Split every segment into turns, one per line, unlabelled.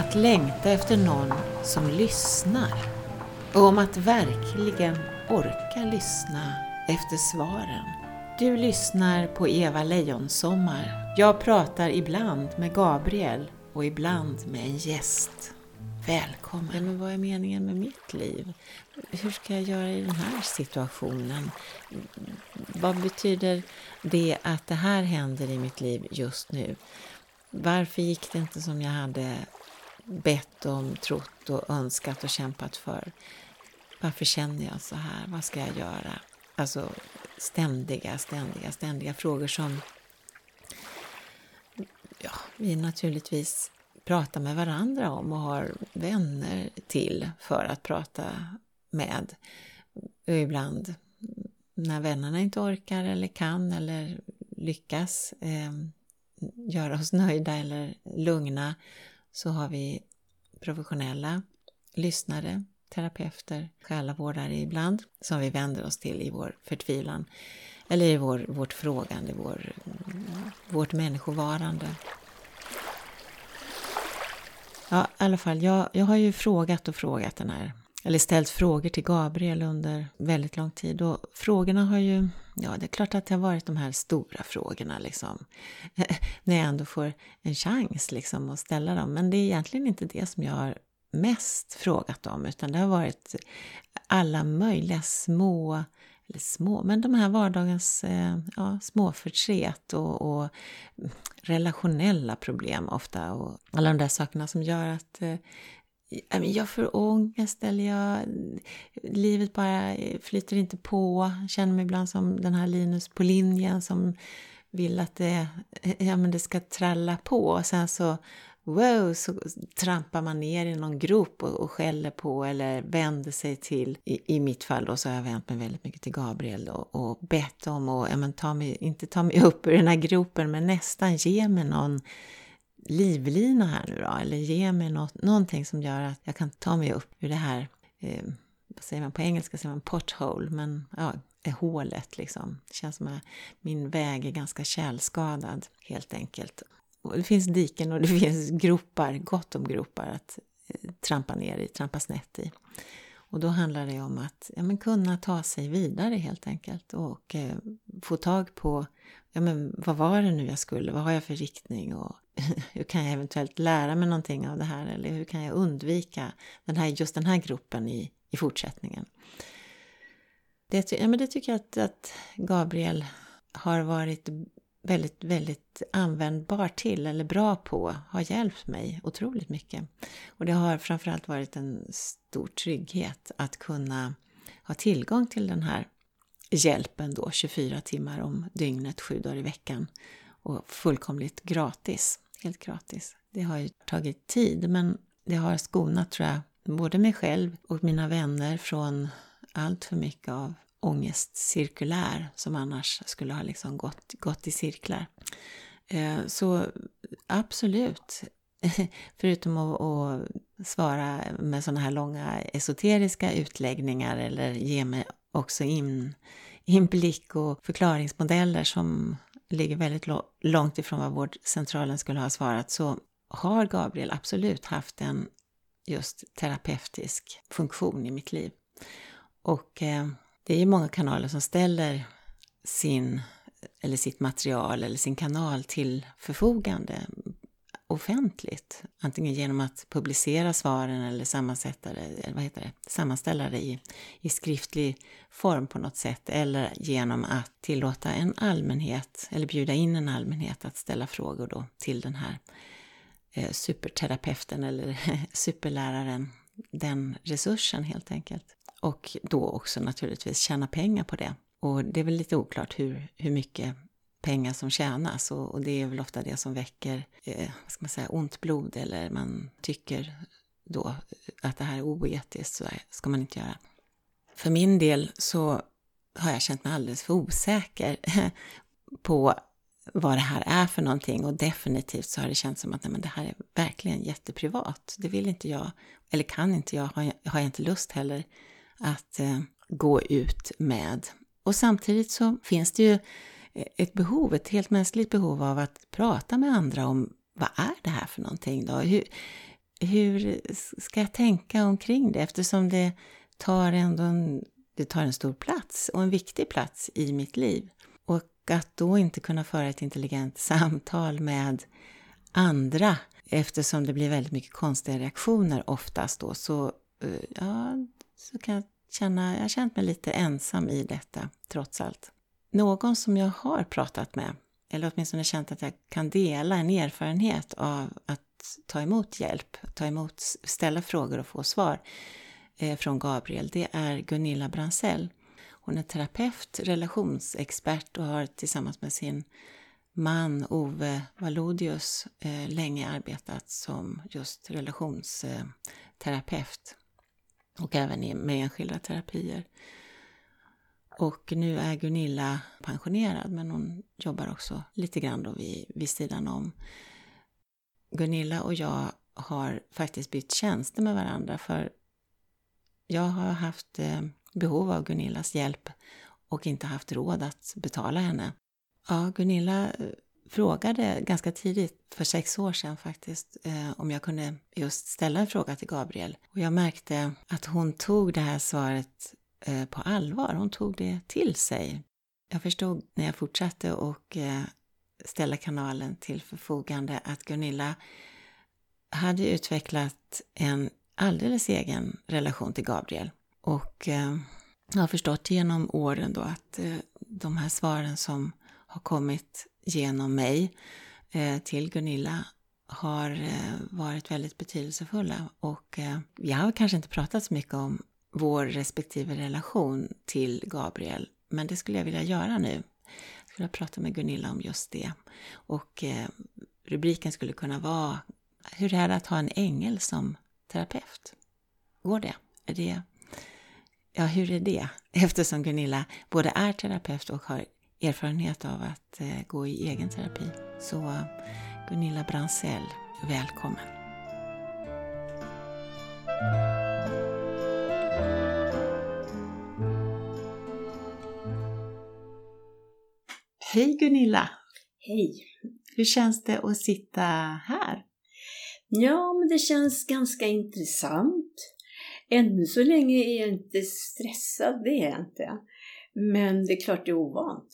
att längta efter någon som lyssnar. Och om att verkligen orka lyssna efter svaren. Du lyssnar på Eva Lejonsommar. Jag pratar ibland med Gabriel och ibland med en gäst. Välkommen. Ja, men vad är meningen med mitt liv? Hur ska jag göra i den här situationen? Vad betyder det att det här händer i mitt liv just nu? Varför gick det inte som jag hade bett om, trott och önskat och kämpat för? Varför känner jag så här? Vad ska jag göra? Alltså ständiga frågor som vi naturligtvis pratar med varandra om och har vänner till för att prata med. Och ibland när vännerna inte orkar eller kan eller lyckas göra oss nöjda eller lugna, så har vi professionella lyssnare, terapeuter, själavårdare ibland, som vi vänder oss till i vår förtvivlan eller i vårt frågande, vårt människovarande. Ja, i alla fall, jag har ju frågat den här, eller ställt frågor till Gabriel under väldigt lång tid, och frågorna har ju, det är klart att det har varit de här stora frågorna liksom, när jag ändå får en chans liksom att ställa dem, men det är egentligen inte det som jag har mest frågat om, utan det har varit alla möjliga små, men de här vardagens små förtret och relationella problem ofta, och alla de där sakerna som gör att jag får ångest, eller livet bara flyter inte på. Jag känner mig ibland som den här Linus på linjen som vill att det ska tralla på, och sen så så trampar man ner i någon grop och skäller på eller vänder sig till, i mitt fall då, så har jag vänt mig väldigt mycket till Gabriel och bett om att inte ta mig upp ur den här gropen, men nästan ge mig någon livlina här nu då, eller ge mig någonting som gör att jag kan ta mig upp ur det här, vad säger man på engelska, säger man pothole, men hålet liksom. Det känns som att min väg är ganska tjälskadad helt enkelt. Och det finns diken och det finns gropar, gott om gropar att trampa ner i, trampa snett i. Och då handlar det om att kunna ta sig vidare helt enkelt, och få tag på vad var det nu jag skulle, vad har jag för riktning, och hur kan jag eventuellt lära mig någonting av det här, eller hur kan jag undvika just den här gropen i fortsättningen. Det tycker jag att Gabriel har varit väldigt, väldigt användbar till, eller bra på, har hjälpt mig otroligt mycket. Och det har framförallt varit en stor trygghet att kunna ha tillgång till den här hjälpen då 24 timmar om dygnet, 7 dagar i veckan, och fullkomligt gratis, helt gratis. Det har ju tagit tid, men det har skonat, tror jag, både mig själv och mina vänner från allt för mycket av ångestcirkulär som annars skulle ha liksom gått i cirklar. Så absolut, förutom att svara med sådana här långa esoteriska utläggningar, eller ge mig också inblick och förklaringsmodeller som ligger väldigt långt ifrån vad vårdcentralen skulle ha svarat, så har Gabriel absolut haft en just terapeutisk funktion i mitt liv. Och det är ju många kanaler som ställer sitt material eller sin kanal till förfogande offentligt. Antingen genom att publicera svaren eller sammanställa det i skriftlig form på något sätt. Eller genom att tillåta en allmänhet, eller bjuda in en allmänhet att ställa frågor då till den här superterapeuten eller superläraren. Den resursen helt enkelt. Och då också naturligtvis tjäna pengar på det. Och det är väl lite oklart hur mycket pengar som tjänas. Och det är väl ofta det som väcker ont blod. Eller man tycker då att det här är oetiskt, så ska man inte göra. För min del så har jag känt mig alldeles för osäker på vad det här är för någonting. Och definitivt så har det känts som att det här är verkligen jätteprivat. Det vill inte jag, eller kan inte jag, har jag inte lust heller att gå ut med. Och samtidigt så finns det ju ett helt mänskligt behov av att prata med andra om vad är det här för någonting då? hur ska jag tänka omkring det? Eftersom det tar en stor plats och en viktig plats i mitt liv. Och att då inte kunna föra ett intelligent samtal med andra, eftersom det blir väldigt mycket konstiga reaktioner oftast då, så kan jag har känt mig lite ensam i detta trots allt. Någon som jag har pratat med, eller åtminstone känt att jag kan dela en erfarenhet av att ta emot hjälp, ställa frågor och få svar från Gabriel, det är Gunilla Bransell. Hon är terapeut, relationsexpert och har tillsammans med sin man Ove Vallodius länge arbetat som just relationsterapeut och även med enskilda terapier. Och nu är Gunilla pensionerad, men hon jobbar också lite grann då vid sidan om. Gunilla och jag har faktiskt bytt tjänster med varandra, för jag har haft behov av Gunillas hjälp och inte haft råd att betala henne. Ja, Gunilla frågade ganska tidigt, för 6 år sedan faktiskt, om jag kunde just ställa en fråga till Gabriel. Och jag märkte att hon tog det här svaret på allvar. Hon tog det till sig. Jag förstod när jag fortsatte och ställa kanalen till förfogande att Gunilla hade utvecklat en alldeles egen relation till Gabriel. Och jag har förstått genom åren då att de här svaren som har kommit genom mig till Gunilla har varit väldigt betydelsefulla. Och jag har kanske inte pratat så mycket om vår respektive relation till Gabriel, men det skulle jag vilja göra nu. Jag skulle prata med Gunilla om just det. Och rubriken skulle kunna vara: hur är det att ha en ängel som terapeut? Går det? Ja, hur är det? Eftersom Gunilla både är terapeut och har erfarenhet av att gå i egen terapi. Så Gunilla Bransell, välkommen. Hej Gunilla!
Hej!
Hur känns det att sitta här?
Ja, men det känns ganska intressant. Ännu så länge är jag inte stressad, det är jag inte. Men det är klart det är ovant.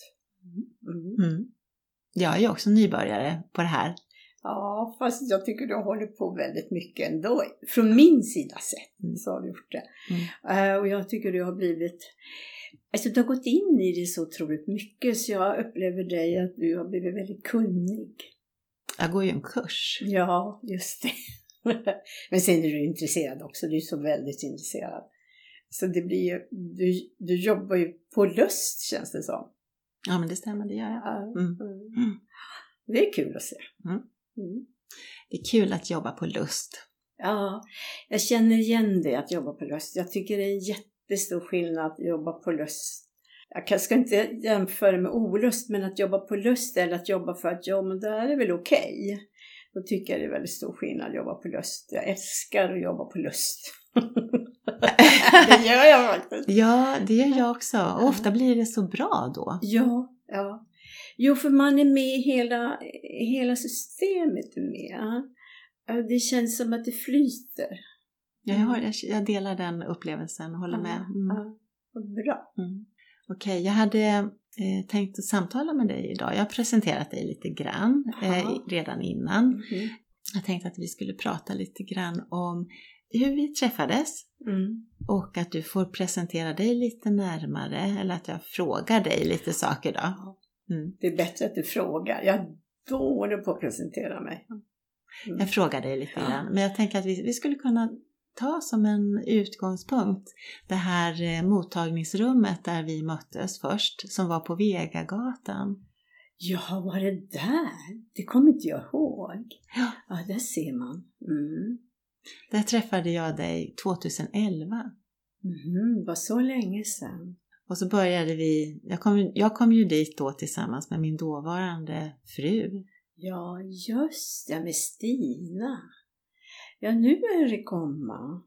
Jag är ju också nybörjare på det här.
Ja, fast jag tycker du har hållit på väldigt mycket ändå. Från min sida sett så har du gjort det. Och jag tycker du har blivit... Alltså du har gått in i det så otroligt mycket, så jag upplever dig att du har blivit väldigt kunnig.
Jag går ju en kurs.
Ja, just det. Men sen är du intresserad också, du är så väldigt intresserad. Så det blir ju, du jobbar ju på lust, känns det som.
Ja, men det stämmer, det gör jag.
Det är kul att se.
Det är kul att jobba på lust.
Ja, jag känner igen det, att jobba på lust. Jag tycker det är en jättestor skillnad att jobba på lust. Jag ska inte jämföra med olust, men att jobba på lust eller att jobba för att men det här är väl okej. Då tycker jag det är väldigt stor skillnad att jobba på lust. Jag älskar att jobba på lust. Det gör jag faktiskt.
Ja, det gör jag också. Och ofta blir det så bra då.
Ja. Jo, för man är med hela systemet med. Det känns som att det flyter.
Jag delar den upplevelsen och håller med.
Bra.
Okej, jag hade tänkt att samtala med dig idag. Jag har presenterat dig lite grann redan innan. Jag tänkte att vi skulle prata lite grann om hur vi träffades. Och att du får presentera dig lite närmare. Eller att jag frågar dig lite saker då.
Det är bättre att du frågar. Jag är dålig på att presentera mig.
Jag frågar dig lite grann. Men jag tänker att vi skulle kunna ta som en utgångspunkt det här mottagningsrummet där vi möttes först, som var på Vegagatan.
Ja, var det där? Det kommer inte jag ihåg. Ja, där ser man.
Där träffade jag dig 2011.
Var så länge sedan.
Och så började vi, jag kom ju dit då tillsammans med min dåvarande fru.
Ja, just det, med Stina. Ja, nu börjar det komma.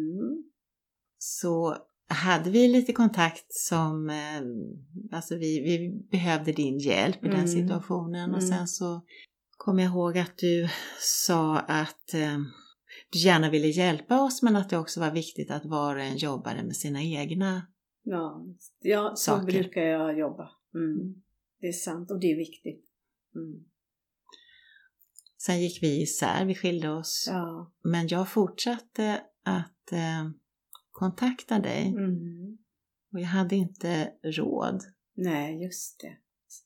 Så hade vi lite kontakt som, alltså vi behövde din hjälp i den situationen. Och sen så kom jag ihåg att du sa att du gärna ville hjälpa oss, men att det också var viktigt att var och en jobbade med sina egna
Ja, så
saker.
brukar jag jobba. Det är sant och det är viktigt.
Sen gick vi isär, vi skilde oss.
Ja.
Men jag fortsatte att kontakta dig. Och jag hade inte råd.
Nej, just det.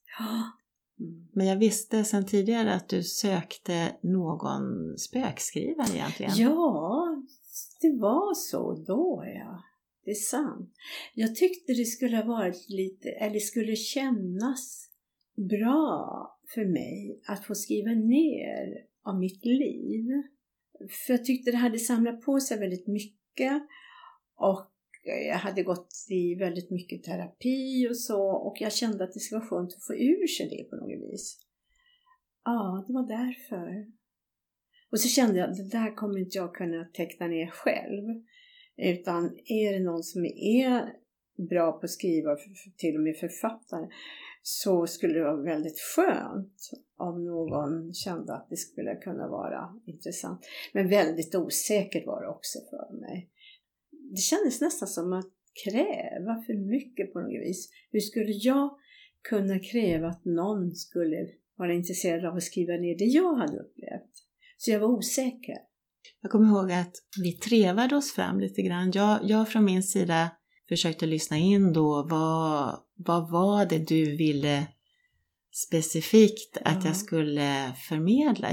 Men jag visste sedan tidigare att du sökte någon spökskrivare egentligen.
Ja, det var så då, ja. Det är sant. Jag tyckte det skulle ha varit lite, eller skulle kännas bra för mig att få skriva ner om mitt liv. För jag tyckte det hade samlat på sig väldigt mycket. Och jag hade gått i väldigt mycket terapi och så. Och jag kände att det skulle vara skönt att få ur sig det på något vis. Ja, det var därför. Och så kände jag att det där kommer inte jag kunna teckna ner själv. Utan är det någon som är bra på att skriva, till och med författare, så skulle det vara väldigt skönt om någon kände att det skulle kunna vara intressant. Men väldigt osäkert var det också för mig. Det kändes nästan som att kräva för mycket på något vis. Hur skulle jag kunna kräva att någon skulle vara intresserad av att skriva ner det jag hade upplevt? Så jag var osäker.
Jag kommer ihåg att vi trevade oss fram lite grann. Jag från min sida försökte lyssna in då. Vad var det du ville specifikt att jag skulle förmedla?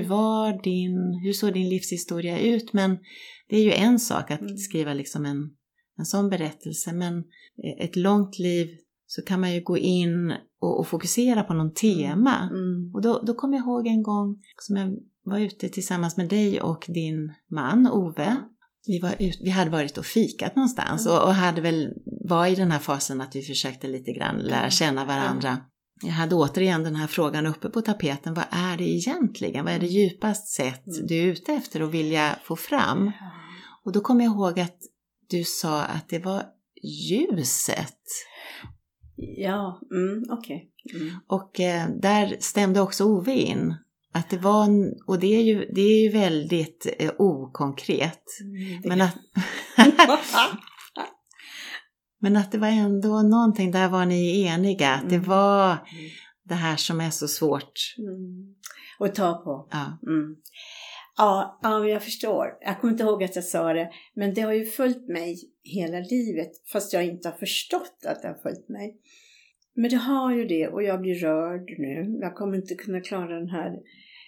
Hur såg din livshistoria ut? Men det är ju en sak att skriva liksom en sån berättelse. Men ett långt liv så kan man ju gå in och fokusera på någon tema. Och då kom jag ihåg en gång som jag var ute tillsammans med dig och din man Ove. Vi hade varit och fikat någonstans och var i den här fasen att vi försökte lite grann lära känna varandra. Jag hade återigen den här frågan uppe på tapeten. Vad är det egentligen? Vad är det djupast sett du är ute efter och vilja få fram? Och då kom jag ihåg att du sa att det var ljuset.
Ja, okej.
Och där stämde också Ove in. Att det var, och det är ju väldigt okonkret. Men att det var ändå någonting, där var ni eniga. Att det var det här som är så svårt.
Att ta på.
Ja.
Ja, jag förstår. Jag kommer inte ihåg att jag sa det. Men det har ju följt mig hela livet. Fast jag inte har förstått att det har följt mig. Men det har ju det. Och jag blir rörd nu. Jag kommer inte kunna klara den här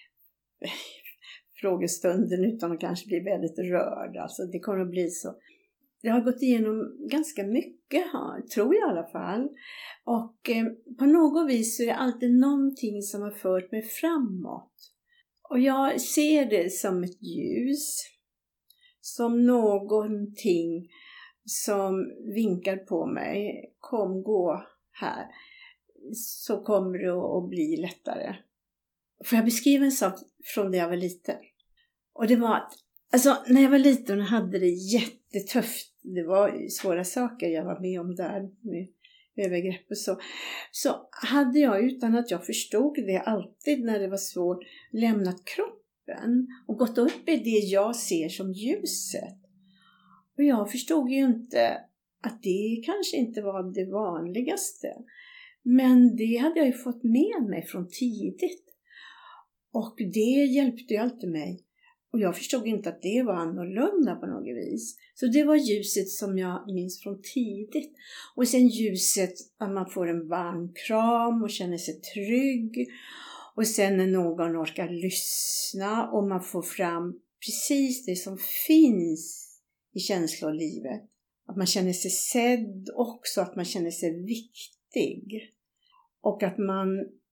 frågestunden utan att kanske bli väldigt rörd. Alltså det kommer att bli så. Jag har gått igenom ganska mycket här, tror jag i alla fall. Och på något vis så är det alltid någonting som har fört mig framåt. Och jag ser det som ett ljus. Som någonting som vinkar på mig. Kom, gå här. Så kommer det att bli lättare. Får jag beskriva en sak från när jag var liten? Och det var att, alltså när jag var liten och hade det jättetufft. Det var svåra saker jag var med om där med övergrepp och så. Så hade jag, utan att jag förstod det, alltid när det var svårt, lämnat kroppen och gått upp i det jag ser som ljuset. Och jag förstod ju inte att det kanske inte var det vanligaste. Men det hade jag ju fått med mig från tidigt. Och det hjälpte ju alltid mig. Och jag förstod inte att det var annorlunda på något vis. Så det var ljuset som jag minns från tidigt. Och sen ljuset att man får en varm kram och känner sig trygg. Och sen när någon orkar lyssna och man får fram precis det som finns i känslolivet. Att man känner sig sedd också, att man känner sig viktig. Och att man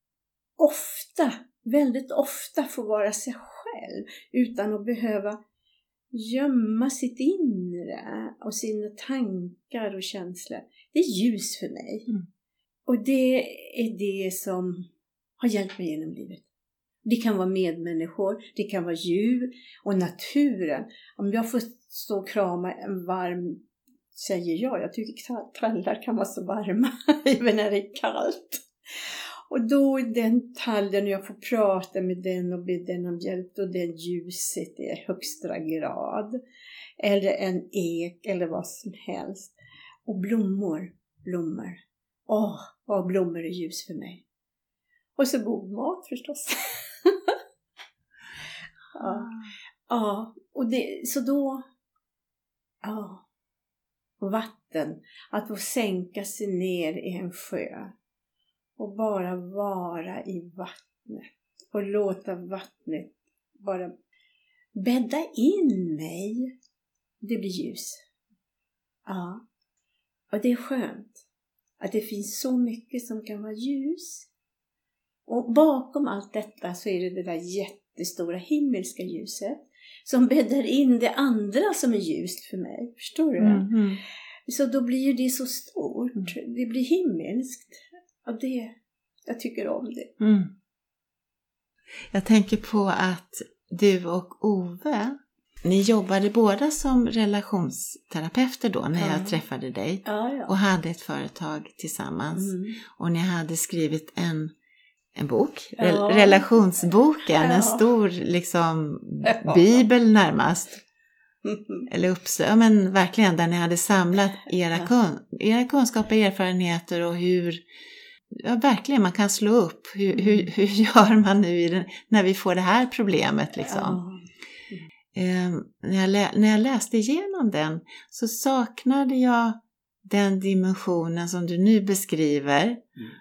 väldigt ofta får vara sig själv utan att behöva gömma sitt inre och sina tankar och känslor. Det är ljus för mig. Och det är det som har hjälpt mig genom livet. Det kan vara medmänniskor, det kan vara djur och naturen. Om jag får stå och krama en varm, säger jag tycker tallar kan vara så varma även när det är kallt. Och då i den tallen, jag får prata med den och be den om hjälp, och det ljuset i högsta grad. Eller en ek eller vad som helst. Och blommor. Vad blommor är ljus för mig. Och så god mat förstås. Ja, och det, så då... Ja, och vatten. Att få sänka sig ner i en sjö. Och bara vara i vattnet. Och låta vattnet bara bädda in mig. Det blir ljus. Ja. Och det är skönt. Att det finns så mycket som kan vara ljus. Och bakom allt detta så är det där jättestora himmelska ljuset. Som bäddar in det andra som är ljust för mig. Förstår du?
Mm.
Så då blir ju det så stort. Det blir himmelskt. Och det, jag tycker om det.
Mm. Jag tänker på att du och Ove, ni jobbade båda som relationsterapeuter då när jag träffade dig.
Ja.
Och hade ett företag tillsammans. Och ni hade skrivit en bok, relationsboken, en stor liksom bibel närmast. Eller men verkligen där ni hade samlat era kunskaper, erfarenheter och hur verkligen man kan slå upp. Hur gör man nu när vi får det här problemet liksom. När jag läste igenom den så saknade jag den dimensionen som du nu beskriver.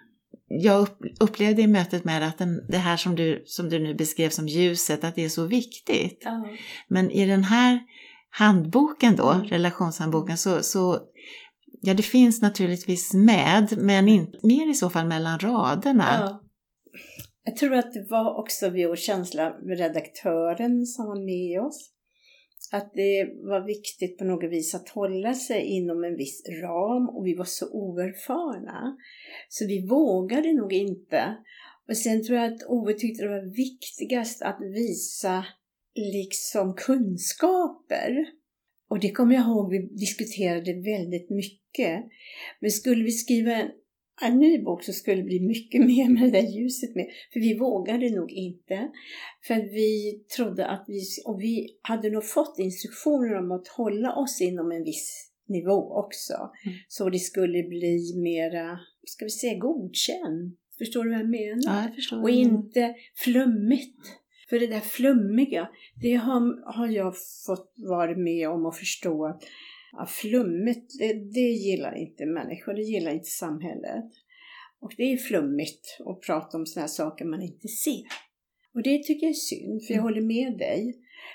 Jag upplevde i mötet med att det här som du nu beskrev som ljuset, att det är så viktigt. Men i den här handboken då, relationshandboken, så ja, det finns naturligtvis med, men inte mer i så fall mellan raderna.
Ja. Jag tror att det var också vår känsla med redaktören som var med oss. Att det var viktigt på något vis att hålla sig inom en viss ram, och vi var så oerfarna. Så vi vågade nog inte. Och sen tror jag att Ove tyckte det var viktigast att visa liksom kunskaper. Och det kommer jag ihåg, vi diskuterade väldigt mycket. Men skulle vi skriva en ny bok så skulle det bli mycket mer med det där ljuset med. För vi vågade nog inte. För vi trodde att vi hade nog fått instruktioner om att hålla oss inom en viss nivå också. Så det skulle bli mera, ska vi säga, godkänd. Förstår du vad jag menar?
Ja, jag förstår.
Och inte flummigt. För det där flummiga, det har jag fått vara med om och förstå att flummigt, det gillar inte människor, det gillar inte samhället. Och det är flummigt att prata om såna här saker man inte ser. Och det tycker jag är synd, för jag håller med dig.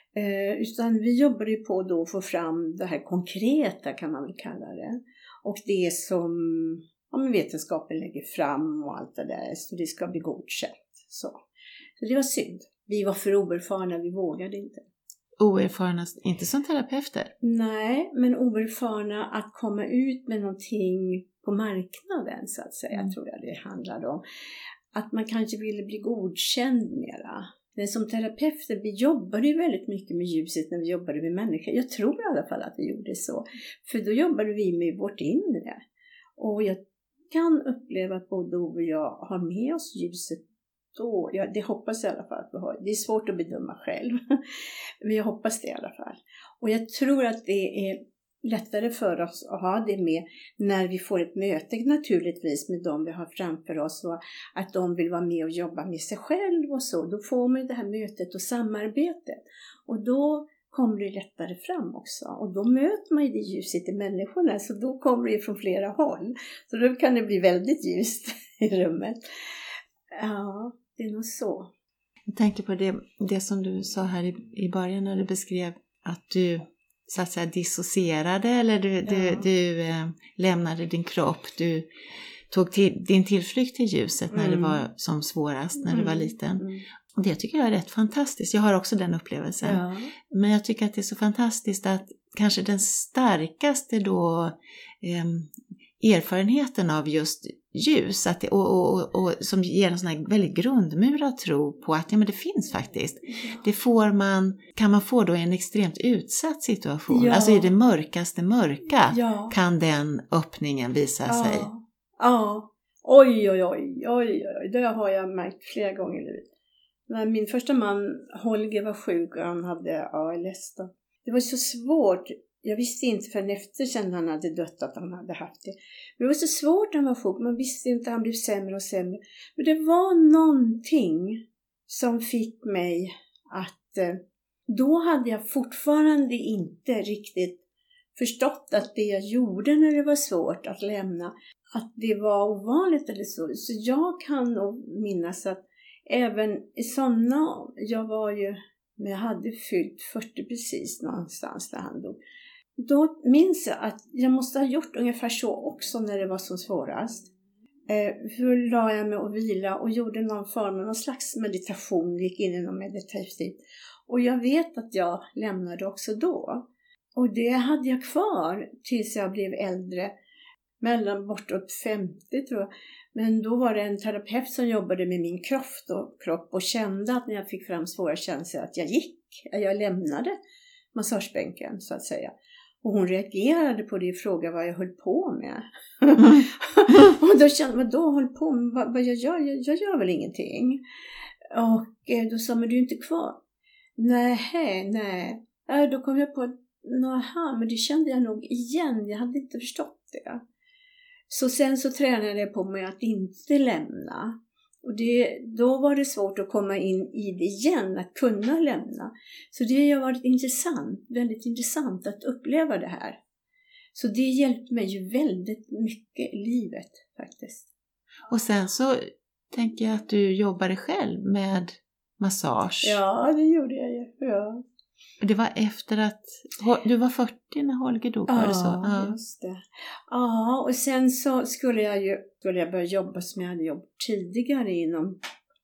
Utan vi jobbar ju på då att få fram det här konkreta, kan man väl kalla det. Och det som vetenskapen lägger fram och allt det där, så det ska bli godkänt. Så det var synd. Vi var för oerfarna, vi vågade inte.
Oerfarna, inte som terapeuter?
Nej, men oerfarna att komma ut med någonting på marknaden, så att säga, tror jag det handlade om. Att man kanske ville bli godkänd mera. Men som terapeuter, vi jobbade ju väldigt mycket med ljuset när vi jobbade med människor. Jag tror i alla fall att vi gjorde så. För då jobbade vi med vårt inre. Och jag kan uppleva att både Ove och jag har med oss ljuset då. Ja, det hoppas jag i alla fall att vi har. Det är svårt att bedöma själv. Men jag hoppas det i alla fall. Och jag tror att det är lättare för oss att ha det med när vi får ett möte naturligtvis med dem vi har framför oss, och att de vill vara med och jobba med sig själv och så. Då får man det här mötet och samarbetet. Och då kommer det lättare fram också. Och då möter man ju det ljuset i människorna, så då kommer det från flera håll. Så då kan det bli väldigt ljust i rummet. Ja, det är nog så.
Jag tänker på det som du sa här i början när du beskrev att du så att säga dissocierade, eller du lämnade din kropp, du tog din tillflykt till ljuset när det var som svårast, när du var liten. Och det tycker jag är rätt fantastiskt. Jag har också den upplevelsen. Ja. Men jag tycker att det är så fantastiskt att kanske den starkaste då erfarenheten av just ljus, att det, och som ger en sån här väldigt grundmurad tro på att men det finns faktiskt. Det kan man få då i en extremt utsatt situation. Alltså i det mörkaste mörka kan den öppningen visa sig.
Ja, Oj. Det har jag märkt flera gånger i livet. När min första man, Holger, var sjuk och han hade ALS då. Det var så svårt. Jag visste inte förrän efter sen han hade dött att han hade haft det. Men det var så svårt när han var sjuk. Man visste inte, han blev sämre och sämre. Men det var någonting som fick mig att... Då hade jag fortfarande inte riktigt förstått att det jag gjorde när det var svårt att lämna, att det var ovanligt eller så. Så jag kan nog minnas att även i sådana, men jag hade fyllt 40 precis någonstans där han dog. Då minns jag att jag måste ha gjort ungefär så också när det var som svårast. För la jag mig och vila och gjorde någon slags meditation, gick in i någon meditativt. Och jag vet att jag lämnade också då. Och det hade jag kvar tills jag blev äldre, mellan bortåt 50 tror jag. Men då var det en terapeut som jobbade med min kropp och kände att när jag fick fram svåra känslor att jag lämnade massagebänken så att säga. Och hon reagerade på det och frågade vad jag höll på med. Och då kände jag, då höll på med vad jag gör? Jag gör väl ingenting. Och då sa man, du är inte kvar. Nej. Då kom jag på att, men det kände jag nog igen. Jag hade inte förstått det. Så sen så tränade jag på mig att inte lämna. Och då var det svårt att komma in i det igen, att kunna lämna. Så det har varit väldigt intressant att uppleva det här. Så det hjälpte mig ju väldigt mycket i livet faktiskt.
Och sen så tänker jag att du jobbade själv med massage.
Ja, det gjorde jag ju. Ja.
Det var efter att du var 40 när Holger dog, var det så?
Ja, just det. Ja, och sen så skulle jag börja jobba som jag hade jobbat tidigare inom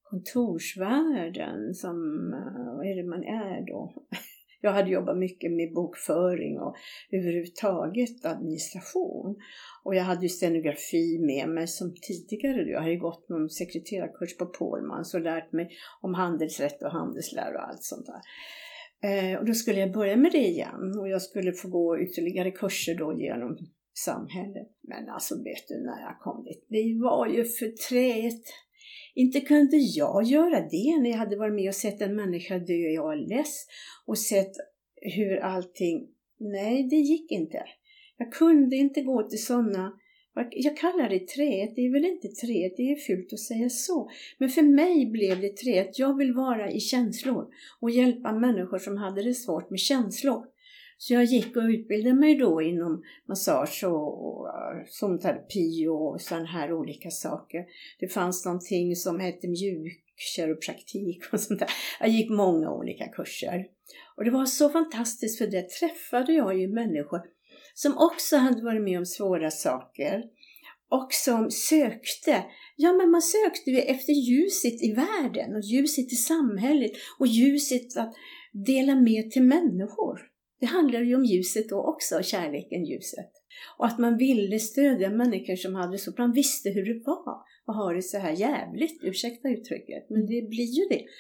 kontorsvärlden, som, vad är det man är då? Jag hade jobbat mycket med bokföring och överhuvudtaget administration. Och jag hade ju stenografi med mig som tidigare. Jag hade gått någon sekreterarkurs på Pålmans och lärt mig om handelsrätt och handelslära och allt sånt där. Och då skulle jag börja med det igen. Och jag skulle få gå ytterligare kurser då genom samhället. Men alltså vet du, när jag kom dit, det var ju för träet. Inte kunde jag göra det när jag hade varit med och sett en människa dö i ALS. Och sett hur allting... Nej, det gick inte. Jag kunde inte gå till sådana... Jag kallar det träet. Det är väl inte träet, det är fult att säga så. Men för mig blev det träet. Jag vill vara i känslor. Och hjälpa människor som hade det svårt med känslor. Så jag gick och utbildade mig då inom massage och zonterapi och sådana här olika saker. Det fanns någonting som hette mjukkiropraktik och sånt där. Jag gick många olika kurser. Och det var så fantastiskt, för det träffade jag ju människor som också hade varit med om svåra saker. Och som sökte. Ja, men man sökte ju efter ljuset i världen och ljuset i samhället och ljuset att dela med till människor. Det handlar ju om ljuset då också, kärleken, ljuset. Och att man ville stödja människor som hade så, man visste hur det var och ha det så här jävligt, ursäkta uttrycket, men det blir ju det.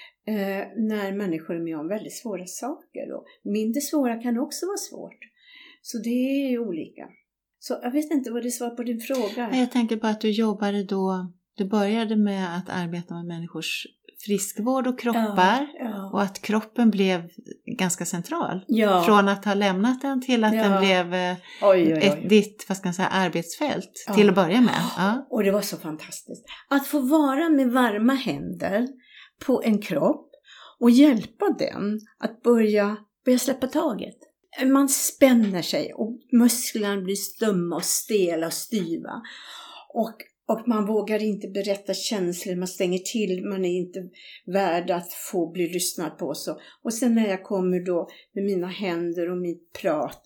När människor är med om väldigt svåra saker. Och mindre svåra kan också vara svårt. Så det är olika. Så jag vet inte vad det svar på din fråga.
Jag tänker på att du jobbade då, du började med att arbeta med människors friskvård och kroppar. Ja. Och att kroppen blev ganska central. Ja. Från att ha lämnat den till att den blev ditt, vad ska man säga, arbetsfält till att börja med. Ja.
Och det var så fantastiskt. Att få vara med varma händer på en kropp och hjälpa den att börja släppa taget. Man spänner sig och musklerna blir stumma och stela och styva. Och man vågar inte berätta känslor, man stänger till, man är inte värd att få bli lyssnad på. Och sen när jag kommer då med mina händer och mitt prat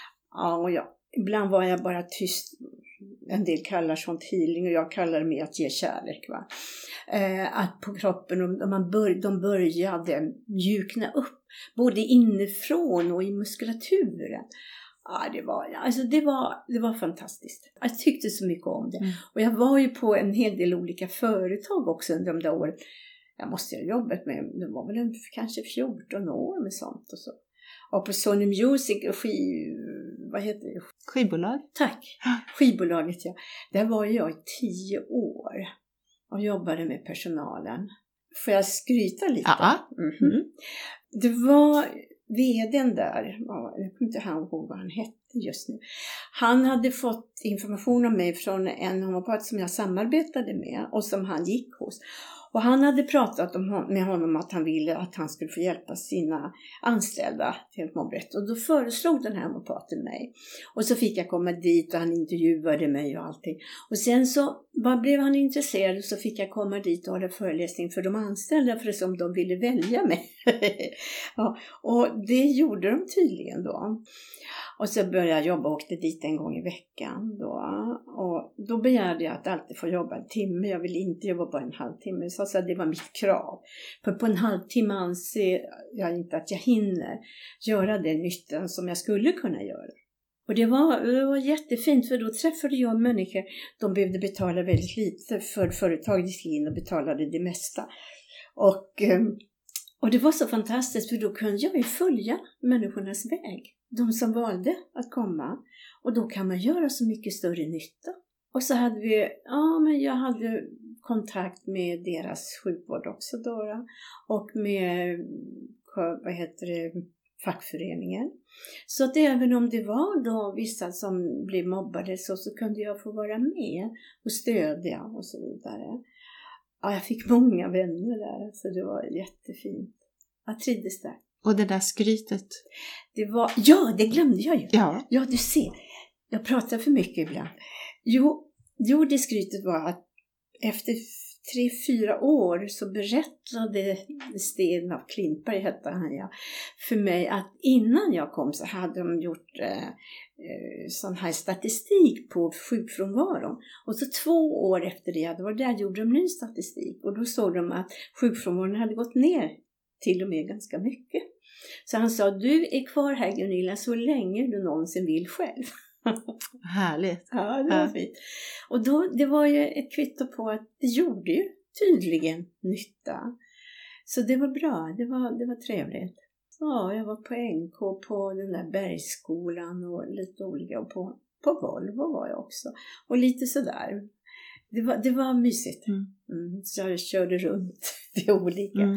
ibland var jag bara tyst. En del kallar sånt healing och jag kallar det med att ge kärlek. Va? Att på kroppen, de började mjukna upp både inifrån och i muskulaturen. Ja, det var fantastiskt. Jag tyckte så mycket om det. Och jag var ju på en hel del olika företag också under de där åren. Jag måste ha jobbat med, det var väl kanske 14 år med sånt och så. Och på Sony Music, vad heter det?
Skivbolag.
Tack, skivbolaget ja. Där var jag i 10 år och jobbade med personalen. Får jag skryta lite?
Ja.
Mm-hmm. Det var vdn där, jag kommer inte ihåg vad han hette just nu. Han hade fått information om mig från en homeopat som jag samarbetade med och som han gick hos. Och han hade pratat med honom att han ville att han skulle få hjälpa sina anställda till ett mobbrätt. Och då föreslog den här homeopaten mig. Och så fick jag komma dit och han intervjuade mig och allting. Och sen så blev han intresserad och så fick jag komma dit och hålla föreläsning för de anställda för som de ville välja mig. Ja, och det gjorde de tydligen då. Och så började jag jobba och åkte dit en gång i veckan då. Och då begärde jag att alltid få jobba en timme. Jag ville inte jobba bara en halvtimme. Så det var mitt krav. För på en halvtimme anser jag inte att jag hinner göra den nyttan som jag skulle kunna göra. Och det var jättefint för då träffade jag människor. De behövde betala väldigt lite för företaget gick in och betalade det mesta. Och det var så fantastiskt för då kunde jag ju följa människornas väg. De som valde att komma. Och då kan man göra så mycket större nytta. Och så hade jag hade kontakt med deras sjukvård också då. Och med, fackföreningen. Så att även om det var då vissa som blev mobbade så kunde jag få vara med och stödja och så vidare. Ja, jag fick många vänner där så det var jättefint. Jag trivdes där.
Och det där skrytet?
Det glömde jag ju. Ja, du ser. Jag pratar för mycket ibland. Jo, det skrytet var att efter 3-4 år så berättade Sten av Klintberg, hette han ja, för mig att innan jag kom så hade de gjort sån här statistik på sjukfrånvaron. Och så 2 år efter det, där gjorde de ny statistik. Och då såg de att sjukfrånvaron hade gått ner till och med ganska mycket. Så han sa, du är kvar här Gunilla så länge du någonsin vill själv.
Härligt.
Ja, det var fint. Och då, det var ju ett kvitto på att det gjorde ju tydligen nytta. Så det var bra, det var trevligt. Ja, jag var på NK på den där Bergsskolan och lite olika. Och på Volvo var jag också. Och lite sådär. Det var mysigt. Så jag körde runt det olika.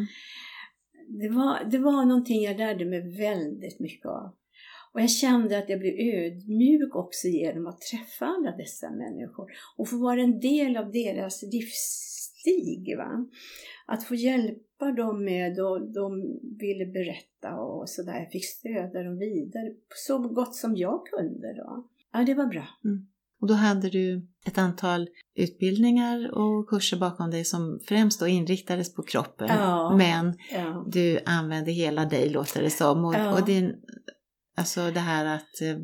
Det var någonting jag lärde mig väldigt mycket av. Och jag kände att jag blev ödmjuk också genom att träffa alla dessa människor. Och få vara en del av deras livsstig. Va? Att få hjälpa dem med och de ville berätta och sådär. Jag fick stödja dem vidare så gott som jag kunde då. Ja, det var bra.
Och då hade du ett antal utbildningar och kurser bakom dig som främst då inriktades på kroppen.
Ja,
men du använde hela dig, låter det som. Och din, alltså det här att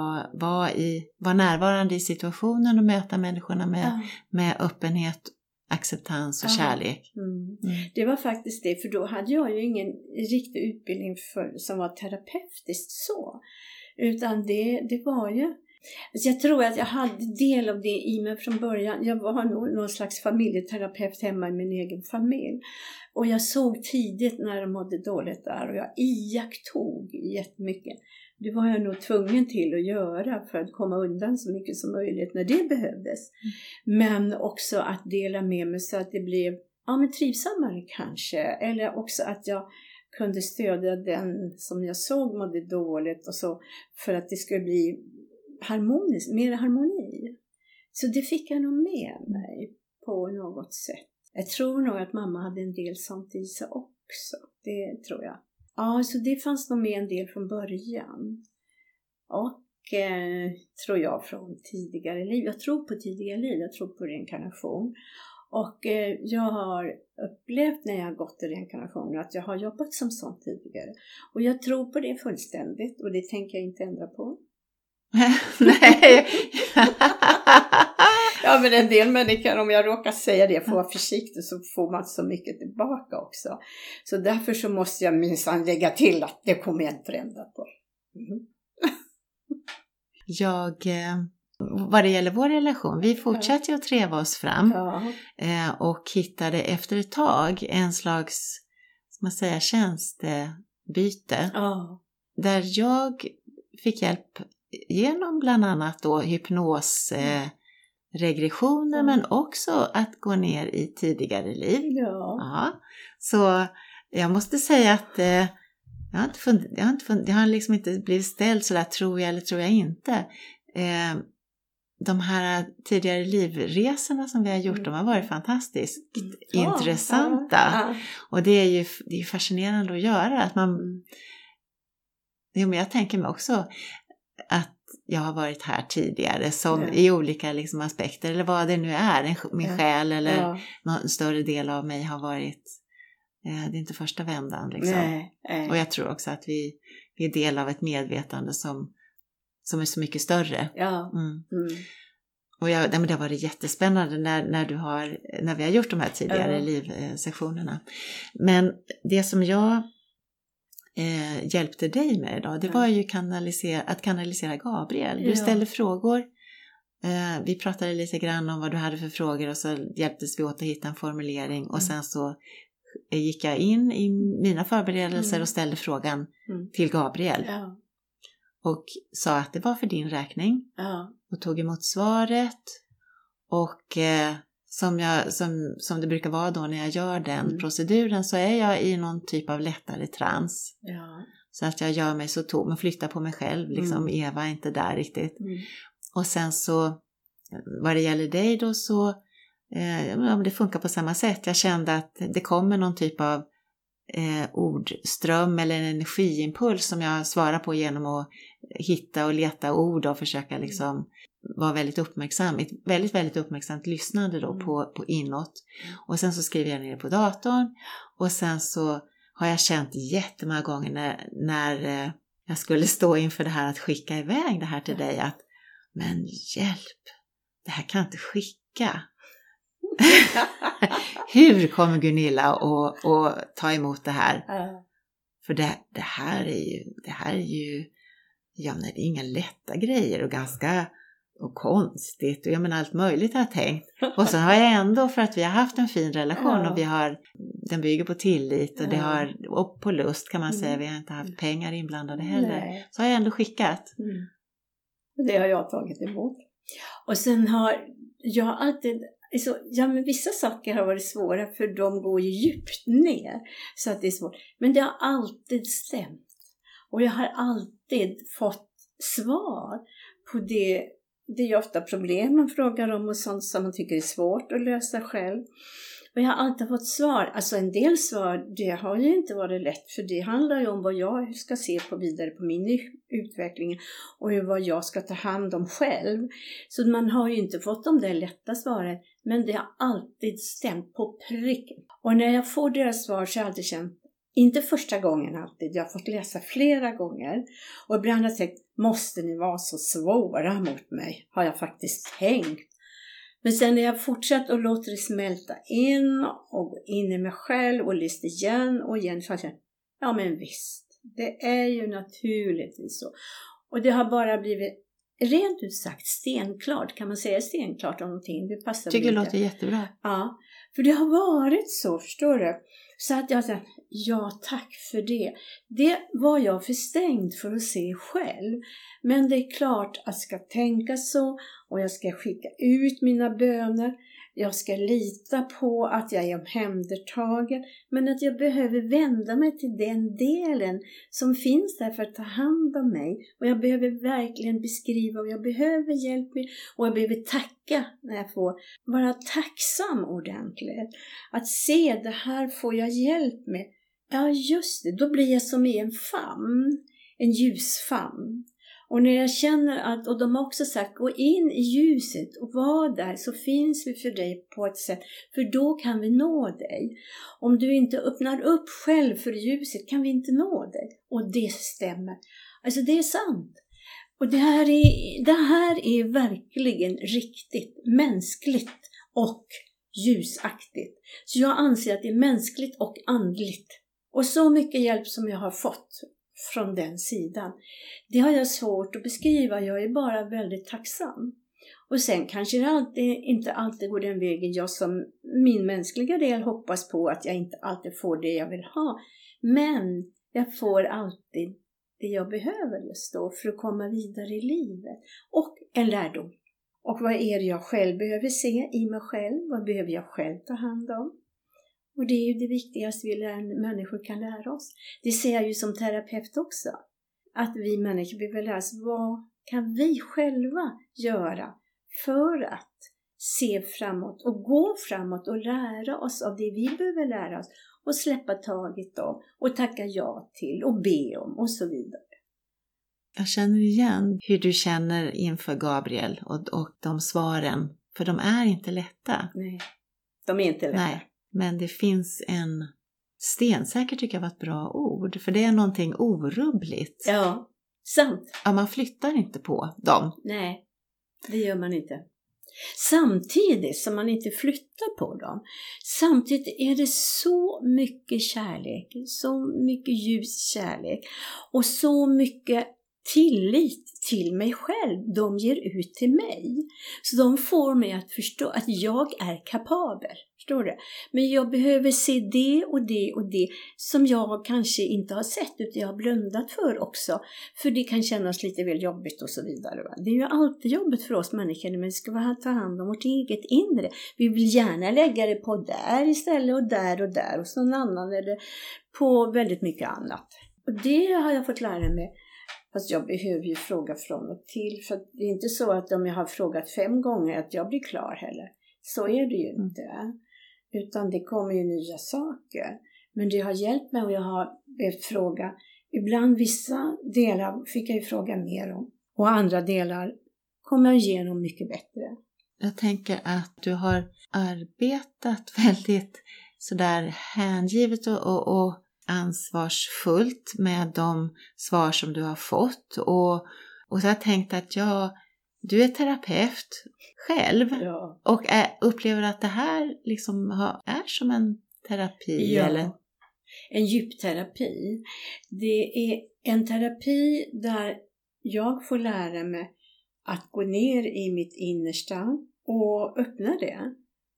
vara närvarande i situationen och möta människorna med öppenhet, acceptans och kärlek.
Det var faktiskt det, för då hade jag ju ingen riktig utbildning som var terapeutiskt så. Utan det var ju... Alltså jag tror att jag hade del av det i mig från början. Jag var nog någon slags familjeterapeut hemma i min egen familj. Och jag såg tidigt när de mådde dåligt där. Och jag iakttog jättemycket. Det var jag nog tvungen till att göra för att komma undan så mycket som möjligt när det behövdes. Men också att dela med mig så att det blev trivsammare kanske. Eller också att jag kunde stödja den som jag såg mådde dåligt. Och så för att det skulle bli harmoniskt, mer harmoni. Så det fick jag nog med mig på något sätt. Jag tror nog att mamma hade en del sånt i sig också. Det tror jag. Ja, så det fanns nog med en del från början. Och tror jag från tidigare liv. Jag tror på tidigare liv. Jag tror på reinkarnation. Och jag har upplevt när jag har gått i reinkarnation att jag har jobbat som sånt tidigare. Och jag tror på det fullständigt. Och det tänker jag inte ändra på.
Nej.
Ja, men en del människor, om jag råkar säga det, får vara försiktig så får man så mycket tillbaka också. Så därför så måste jag minsann lägga till att det kommer jag inte ändra på.
Vad det gäller vår relation, vi fortsätter att treva oss fram och hittade efter ett tag en slags, ska man säga, tjänstebyte. där jag fick hjälp genom bland annat då hypnosregressioner, men också att gå ner i tidigare liv. Ja. Så jag måste säga att jag har liksom inte blivit ställd så där, tror jag eller tror jag inte. De här tidigare livresorna som vi har gjort, de har varit fantastiskt intressanta. Och det är ju fascinerande att göra. Att men jag tänker mig också att jag har varit här tidigare som i olika liksom aspekter, eller vad det nu är, min själ eller någon större del av mig har varit. Det är inte första vändan liksom. Nej. Och jag tror också att vi är del av ett medvetande som är så mycket större. Och men det har varit jättespännande när vi har gjort de här tidigare livsektionerna. Men det som jag hjälpte dig med idag, det var ju att kanalisera Gabriel. Du ställde frågor. Vi pratade lite grann om vad du hade för frågor, och så hjälptes vi åt att hitta en formulering. Och sen så gick jag in i mina förberedelser och ställde frågan till Gabriel. Och sa att det var för din räkning. Och tog emot svaret. Och som det brukar vara då när jag gör den proceduren, så är jag i någon typ av lättare trans. Så att jag gör mig så tom och flyttar på mig själv. Liksom, Eva är inte där riktigt. Och sen så, vad det gäller dig då, så det funkar på samma sätt. Jag kände att det kommer någon typ av ordström eller en energiimpuls som jag svarar på genom att hitta och leta ord och försöka liksom vara väldigt uppmärksam. Ett väldigt, väldigt uppmärksamt lyssnande då på inåt. Och sen så skriver jag ner det på datorn. Och sen så har jag känt jättemånga gånger när jag skulle stå inför det här att skicka iväg det här till dig, att men hjälp, det här kan jag inte skicka. Hur kommer Gunilla att ta emot det här? För det här är ju det är inga lätta grejer och ganska och konstigt, och jag menar allt möjligt har jag tänkt. Och så har jag ändå, för att vi har haft en fin relation och den bygger på tillit och på lust kan man säga, vi har inte haft pengar inblandade heller. Så har jag ändå skickat.
Det har jag tagit emot. Och sen har jag alltid, men vissa saker har varit svåra, för de går ju djupt ner, så att det är svårt. Men det har alltid stämt. Och jag har alltid fått svar på det. Det är ju ofta problem man frågar om och sånt som man tycker är svårt att lösa själv. Och jag har alltid fått svar. Alltså en del svar, det har ju inte varit lätt. För det handlar ju om vad jag ska se på vidare på min utveckling. Och vad jag ska ta hand om själv. Så man har ju inte fått de där lätta svaren. Men det har alltid stämt på pricken. Och när jag får deras svar så har jag alltid känt, inte första gången alltid, jag har fått läsa flera gånger. Och ibland har jag tänkt, måste ni vara så svåra mot mig? Har jag faktiskt tänkt. Men sen när jag fortsatt och låter det smälta in och gå in i mig själv och lyssna igen och igen. Så jag känner, ja men visst, det är ju naturligtvis så. Och det har bara blivit rent ut sagt stenklart. Kan man säga stenklart om någonting? Det passar.
Tycker det låter jättebra.
Ja, för det har varit så, förstår du. Så att jag sa, ja tack för det. Det var jag för stängd för att se själv. Men det är klart att jag ska tänka så. Och jag ska skicka ut mina böner. Jag ska lita på att jag är omhändertagen. Men att jag behöver vända mig till den delen som finns där för att ta hand om mig. Och jag behöver verkligen beskriva och jag behöver hjälp med. Och jag behöver tacka när jag får vara tacksam ordentligt. Att se, det här får jag hjälp med. Ja just det, då blir jag som i en famn. En ljusfamn. Och när jag känner att, och de har också sagt, gå in i ljuset och var där, så finns vi för dig på ett sätt. För då kan vi nå dig. Om du inte öppnar upp själv för ljuset kan vi inte nå dig. Och det stämmer. Alltså det är sant. Och det här är verkligen riktigt mänskligt och ljusaktigt. Så jag anser att det är mänskligt och andligt. Och så mycket hjälp som jag har fått från den sidan. Det har jag svårt att beskriva. Jag är bara väldigt tacksam. Och sen kanske det inte alltid går den vägen jag som min mänskliga del hoppas på, att jag inte alltid får det jag vill ha. Men jag får alltid det jag behöver just då för att komma vidare i livet. Och en lärdom. Och vad är det jag själv behöver se i mig själv? Vad behöver jag själv ta hand om? Och det är ju det viktigaste vi människor kan lära oss. Det ser jag ju som terapeut också. Att vi människor behöver lära oss, vad kan vi själva göra för att se framåt och gå framåt och lära oss av det vi behöver lära oss. Och släppa taget om och tacka ja till och be om och så vidare.
Jag känner igen hur du känner inför Gabriel och de svaren. För de är inte lätta.
Nej, de är inte lätta.
Nej, men det finns en stensäker, tycker jag var ett bra ord. För det är någonting orubbligt.
Ja, sant.
Ja, man flyttar inte på dem.
Nej, det gör man inte. Samtidigt som man inte flyttar på dem. Samtidigt är det så mycket kärlek. Så mycket ljus kärlek. Och så mycket tillit till mig själv. De ger ut till mig. Så de får mig att förstå att jag är kapabel. Förstår du? Men jag behöver se det och det och det som jag kanske inte har sett utan jag har blundat för också. För det kan kännas lite väl jobbigt och så vidare. Va? Det är ju alltid jobbigt för oss människor men vi ska ta hand om vårt eget inre. Vi vill gärna lägga det på där istället och där och så någon annan eller på väldigt mycket annat. Och det har jag fått lära mig. Fast jag behöver ju fråga från och till. För det är inte så att om jag har frågat 5 gånger att jag blir klar heller. Så är det ju inte. Utan det kommer ju nya saker. Men det har hjälpt mig och jag har behövt fråga. Ibland vissa delar fick jag ju fråga mer om. Och andra delar kom jag igenom mycket bättre.
Jag tänker att du har arbetat väldigt sådär hängivet och ansvarsfullt med de svar som du har fått. Och så har jag tänkt att du är terapeut själv.
Ja.
Och upplever att det här liksom är som en terapi?
Ja,
eller?
En djupterapi. Det är en terapi där jag får lära mig att gå ner i mitt innersta och öppna det.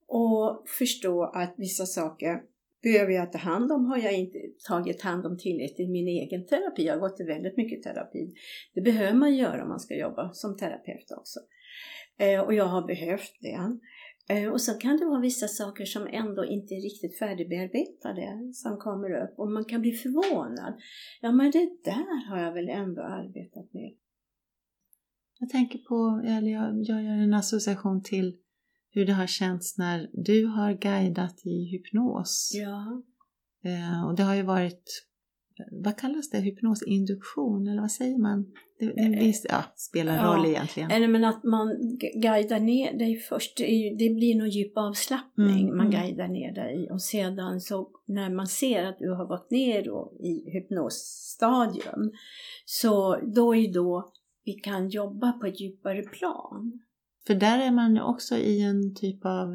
Och förstå att vissa saker behöver jag ta hand om, har jag inte tagit hand om tillräckligt i min egen terapi. Jag har gått till väldigt mycket terapi. Det behöver man göra om man ska jobba som terapeut också. Och jag har behövt det. Och så kan det vara vissa saker som ändå inte är riktigt färdigbearbetade som kommer upp. Och man kan bli förvånad. Ja, men det där har jag väl ändå arbetat med.
Jag tänker på, eller jag gör en association till hur det har känts när du har guidat i hypnos.
Ja.
Och det har ju varit, vad kallas det? Hypnosinduktion eller vad säger man? Det spelar roll egentligen.
Eller men att man guidar ner dig först. Det blir någon djup avslappning. Man guidar ner dig. Och sedan så när man ser att du har gått ner då i hypnosstadium. Så då är då vi kan jobba på ett djupare plan.
För där är man också i en typ av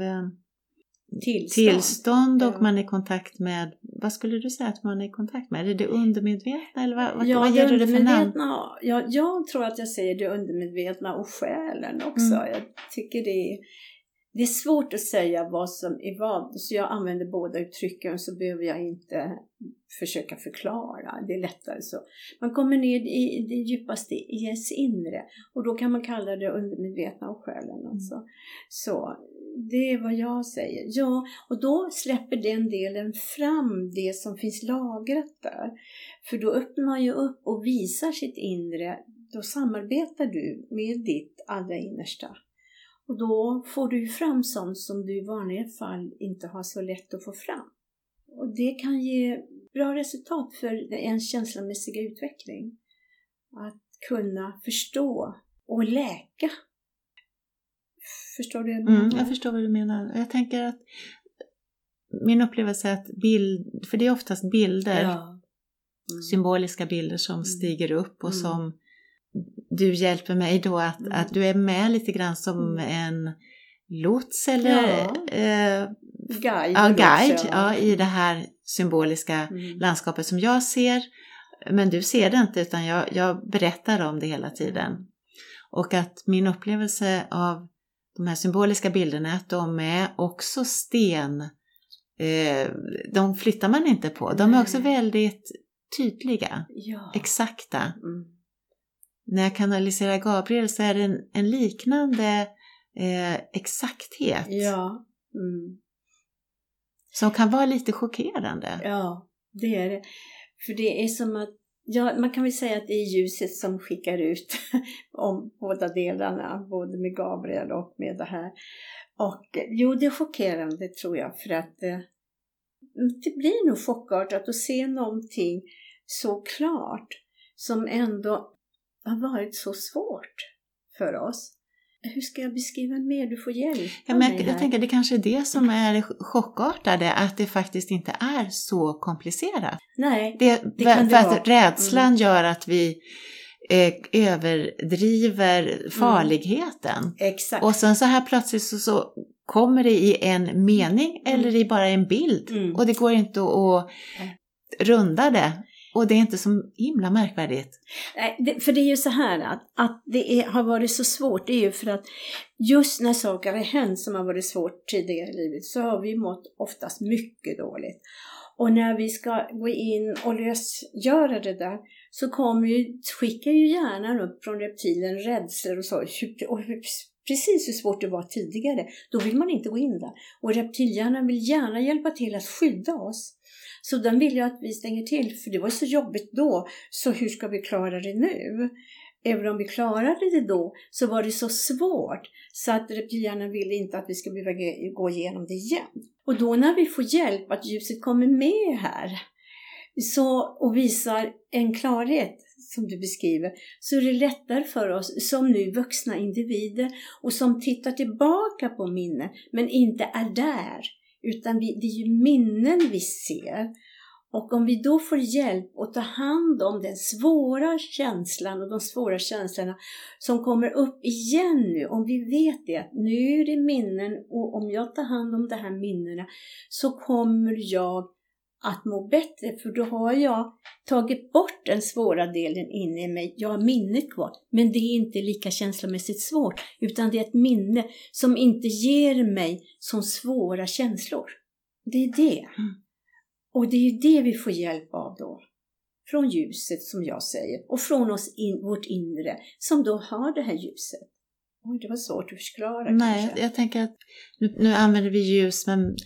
tillstånd
och man är i kontakt med, vad skulle du säga att man är i kontakt med? Är det undermedvetna eller vad
ger
du det för namn?
Jag tror att jag säger det undermedvetna och själen också. Jag tycker det är svårt att säga vad som är vad. Så jag använder båda uttrycken så behöver jag inte försöka förklara. Det är lättare så. Man kommer ner i det djupaste i ens inre. Och då kan man kalla det undermedvetna och själen. Alltså. Så det är vad jag säger. Ja, och då släpper den delen fram det som finns lagrat där. För då öppnar man ju upp och visar sitt inre. Då samarbetar du med ditt allra innersta. Och då får du fram sånt som du i vanliga fall inte har så lätt att få fram. Och det kan ge bra resultat för en känslomässiga utveckling. Att kunna förstå och läka. Förstår du vad jag menar?
Jag förstår vad du menar. Jag tänker att min upplevelse är att för det är oftast bilder, symboliska bilder som stiger upp och som du hjälper mig då att du är med lite grann som en lots eller guide i det här symboliska landskapet som jag ser, men du ser det inte utan jag berättar om det hela tiden. Och att min upplevelse av de här symboliska bilderna är att de är också sten, de flyttar man inte på. De är också väldigt tydliga,
Ja.
exakta.
Mm.
När jag kanaliserar Gabriel så är det en liknande exakthet.
Ja. Mm.
Som kan vara lite chockerande.
Ja, det är det. För det är som att, ja, man kan väl säga att det är ljuset som skickar ut om båda delarna, både med Gabriel och med det här. Och jo, det är chockerande tror jag, för att det blir nog chockartat att se någonting så klart som ändå har varit så svårt för oss. Hur ska jag beskriva mer? Du får hjälp.
Ja, men jag tänker det kanske är det som är chockartade, att det faktiskt inte är så komplicerat.
Nej,
det
kan
för
det
att rädslan gör att vi överdriver farligheten.
Exakt.
Och sen så här plötsligt så kommer det i en mening eller i bara en bild. Och det går inte att runda det. Och det är inte så himla märkvärdigt.
För det är ju så här att det har varit så svårt. Det är ju för att just när saker har hänt som har varit svårt tidigare i livet så har vi mått oftast mycket dåligt. Och när vi ska gå in och lösgöra det där så skickar ju hjärnan upp från reptilen rädslor och så. Och precis hur svårt det var tidigare. Då vill man inte gå in där. Och reptilhjärnan vill gärna hjälpa till att skydda oss. Så den vill ju att vi stänger till, för det var så jobbigt då. Så hur ska vi klara det nu? Även om vi klarade det då så var det så svårt. Så att reptilhjärnan ville inte att vi ska behöva gå igenom det igen. Och då när vi får hjälp att ljuset kommer med här och visar en klarhet som du beskriver, så är det lättare för oss som nu vuxna individer och som tittar tillbaka på minnen men inte är där. Utan det är ju minnen vi ser. Och om vi då får hjälp att ta hand om den svåra känslan och de svåra känslorna som kommer upp igen nu. Om vi vet det, att nu är det minnen, och om jag tar hand om de här minnena så kommer jag att må bättre. För då har jag tagit bort den svåra delen inne i mig. Jag har minnet kvar, men det är inte lika känslomässigt svårt. Utan det är ett minne som inte ger mig som svåra känslor. Det är det. Och det är ju det vi får hjälp av då. Från ljuset som jag säger. Och från vårt inre som då har det här ljuset. Oj, det var svårt att förklara.
Nej,
kanske.
Jag tänker att nu använder vi ljus, men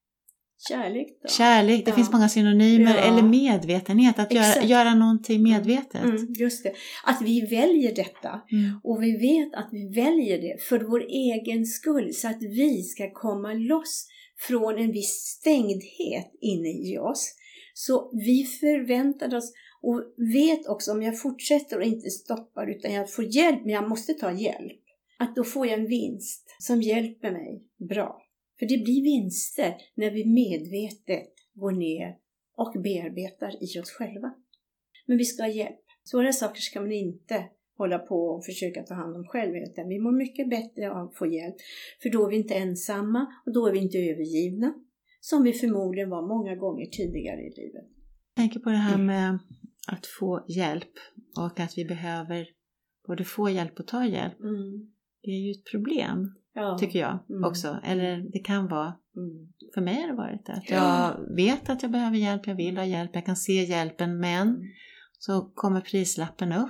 kärlek då?
Kärlek, det finns många synonymer. Eller medvetenhet, att göra någonting medvetet.
Just det, att vi väljer detta. Och vi vet att vi väljer det för vår egen skull. Så att vi ska komma loss från en viss stängdhet inne i oss. Så vi förväntar oss och vet också, om jag fortsätter och inte stoppar utan jag får hjälp, men jag måste ta hjälp. Att då får jag en vinst som hjälper mig bra. För det blir vinster när vi medvetet går ner och bearbetar i oss själva. Men vi ska ha hjälp. Svåra saker ska man inte hålla på och försöka ta hand om själv. Utan vi mår mycket bättre av att få hjälp. För då är vi inte ensamma och då är vi inte övergivna. Som vi förmodligen var många gånger tidigare i livet.
Jag tänker på det här med att få hjälp och att vi behöver både få hjälp och ta hjälp. Det är ju ett problem. Ja. Tycker jag också. Eller det kan vara. För mig har det varit det. Att jag vet att jag behöver hjälp. Jag vill ha hjälp. Jag kan se hjälpen. Men så kommer prislappen upp.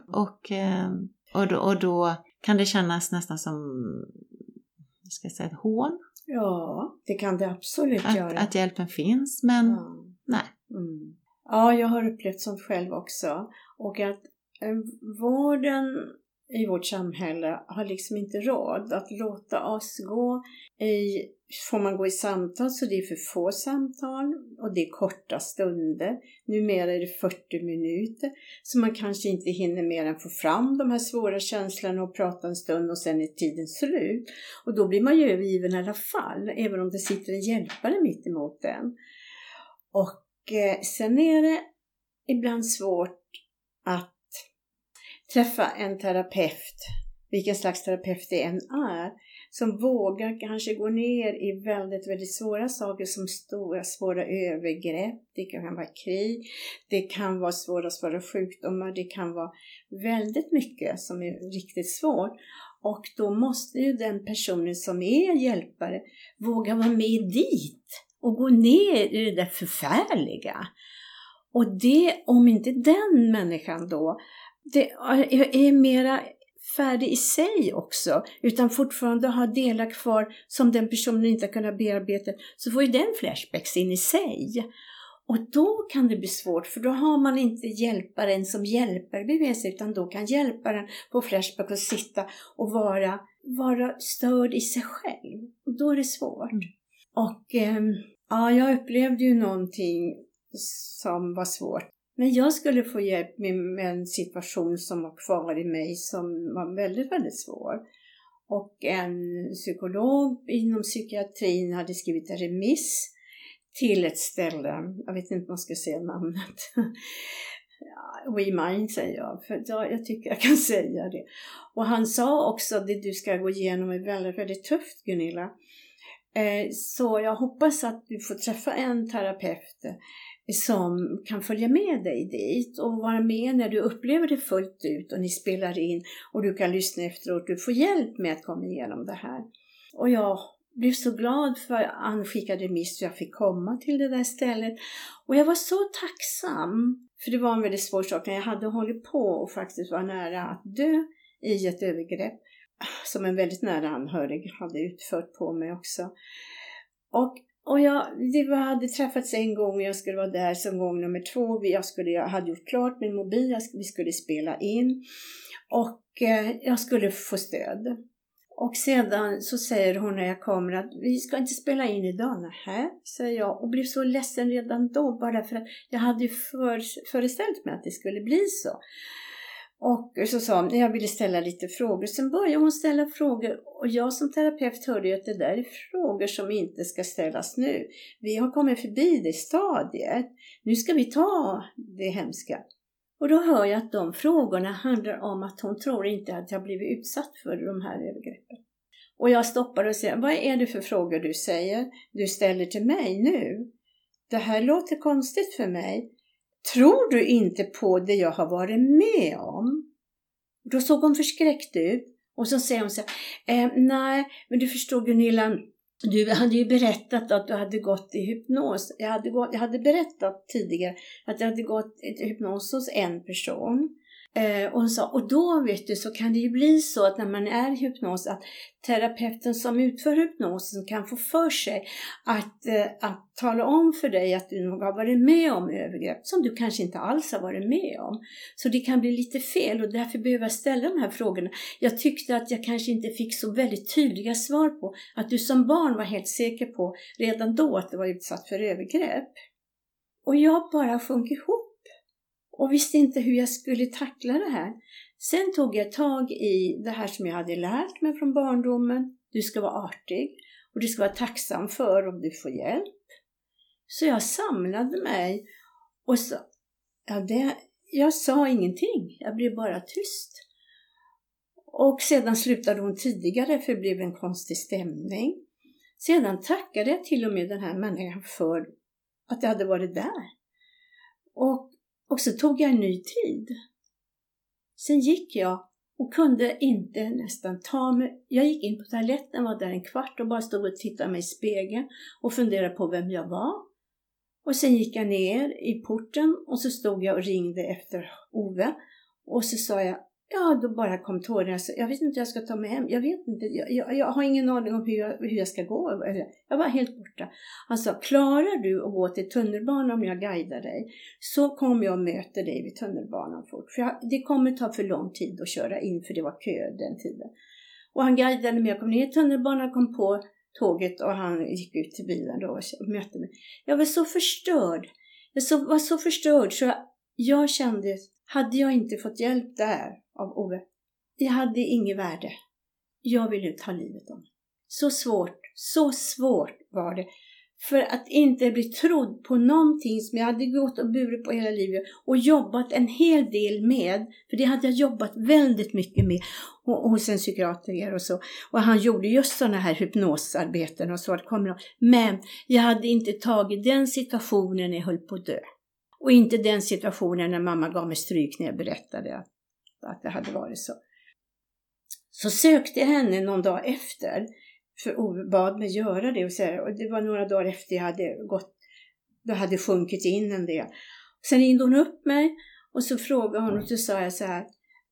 Och då kan det kännas nästan som, ska jag säga, ett hån.
Ja, det kan det absolut göra.
Att hjälpen finns. Men nej.
Ja, jag har upplevt sånt själv också. Och att vården i vårt samhälle har liksom inte råd att låta oss gå får man gå i samtal, så det är för få samtal och det är korta stunder. Numera är det 40 minuter, så man kanske inte hinner mer än få fram de här svåra känslorna och prata en stund och sen är tiden slut. Och då blir man ju övergiven i alla fall, även om det sitter en hjälpare mitt emot den. Och sen är det ibland svårt att träffa en terapeut, vilken slags terapeut det än är, som vågar kanske gå ner i väldigt, väldigt svåra saker som svåra övergrepp. Det kan vara krig, det kan vara svåra sjukdomar, det kan vara väldigt mycket som är riktigt svårt. Och då måste ju den personen som är hjälpare våga vara med dit och gå ner i det där förfärliga. Och det, om inte den människan då, det är mera färdig i sig också, utan fortfarande har delar kvar som den personen inte har kunnat bearbeta, så får ju den flashbacks in i sig. Och då kan det bli svårt, för då har man inte hjälparen som hjälper med sig, utan då kan hjälparen på flashback och sitta och vara störd i sig själv. Och då är det svårt. Och ja, jag upplevde ju någonting som var svårt. Men jag skulle få hjälp med en situation som var kvar i mig som var väldigt, väldigt svår. Och en psykolog inom psykiatrin hade skrivit en remiss till ett ställe. Jag vet inte om man ska säga namnet. WeMind säger jag, för jag tycker jag kan säga det. Och han sa också att det du ska gå igenom är väldigt, väldigt tufft, Gunilla. Så jag hoppas att du får träffa en terapeut som kan följa med dig dit och vara med när du upplever det fullt ut och ni spelar in och du kan lyssna efteråt. Du får hjälp med att komma igenom det här. Och jag blev så glad för att han skickade remiss så jag fick komma till det där stället. Och jag var så tacksam, för det var en väldigt svår sak när jag hade hållit på och faktiskt var nära att dö i ett övergrepp som en väldigt nära anhörig hade utfört på mig också. Och jag hade träffats en gång och jag skulle vara där som gång nummer 2. Jag hade gjort klart min mobil, vi skulle spela in och jag skulle få stöd. Och sedan så säger hon när jag kommer att vi ska inte spela in idag. Nähä, säger jag, och blev så ledsen redan då, bara för att jag hade föreställt mig att det skulle bli så. Och så sa hon, jag ville ställa lite frågor. Sen började hon ställa frågor och jag som terapeut hörde att det där är frågor som inte ska ställas nu. Vi har kommit förbi det stadiet. Nu ska vi ta det hemska. Och då hör jag att de frågorna handlar om att hon tror inte att jag blivit utsatt för de här övergreppen. Och jag stoppar och säger, vad är det för frågor du ställer till mig nu? Det här låter konstigt för mig. Tror du inte på det jag har varit med om? Då såg hon förskräckt ut. Och så säger hon så här, nej, men du förstår Gunilla, du hade ju berättat att du hade gått i hypnos. Jag hade berättat tidigare att jag hade gått i hypnos hos en person. Och hon sa, och då vet du så kan det ju bli så att när man är i hypnos att terapeuten som utför hypnosen kan få för sig att tala om för dig att du nog har varit med om övergrepp som du kanske inte alls har varit med om. Så det kan bli lite fel och därför behöver jag ställa de här frågorna. Jag tyckte att jag kanske inte fick så väldigt tydliga svar på att du som barn var helt säker på redan då att du var utsatt för övergrepp. Och jag bara sjönk ihop. Och visste inte hur jag skulle tackla det här. Sen tog jag tag i det här som jag hade lärt mig från barndomen. Du ska vara artig. Och du ska vara tacksam för om du får hjälp. Så jag samlade mig. Och så, jag sa ingenting. Jag blev bara tyst. Och sedan slutade hon tidigare för det blev en konstig stämning. Sedan tackade jag till och med den här människan för att jag hade varit där. Och så tog jag en ny tid. Sen gick jag och kunde inte nästan ta mig. Jag gick in på toaletten, var där en kvart och bara stod och tittade mig i spegeln och funderade på vem jag var. Och sen gick jag ner i porten och så stod jag och ringde efter Ove. Och så sa jag, då bara kom tårarna. Jag vet inte hur jag ska ta mig hem. Jag vet inte. Jag har ingen aning om hur jag ska gå. Jag var helt borta. Han sa, klarar du att gå till tunnelbanan om jag guidar dig? Så kommer jag och möter dig vid tunnelbanan fort. För det kommer ta för lång tid att köra in för det var kö den tiden. Och han guidade mig. Jag kom ner i tunnelbanan, kom på tåget och han gick ut till bilen då och mötte mig. Jag var så förstörd. Jag var så förstörd så jag kände, hade jag inte fått hjälp där av Ove, jag hade inget värde. Jag ville ta livet av mig. Så svårt var det. För att inte bli trodd på någonting som jag hade gått och burit på hela livet och jobbat en hel del med. För det hade jag jobbat väldigt mycket med hos en psykiater och så. Och han gjorde just sådana här hypnosarbeten och så. Men jag hade inte tagit den situationen när jag höll på att dö. Och inte den situationen när mamma gav mig stryk när jag berättade att det hade varit så. Så sökte jag henne någon dag efter. För Ove bad mig göra det. Och det var några dagar efter jag hade gått. Då hade sjunkit in en del. Sen ringde hon upp mig och så frågade hon och så sa jag så här.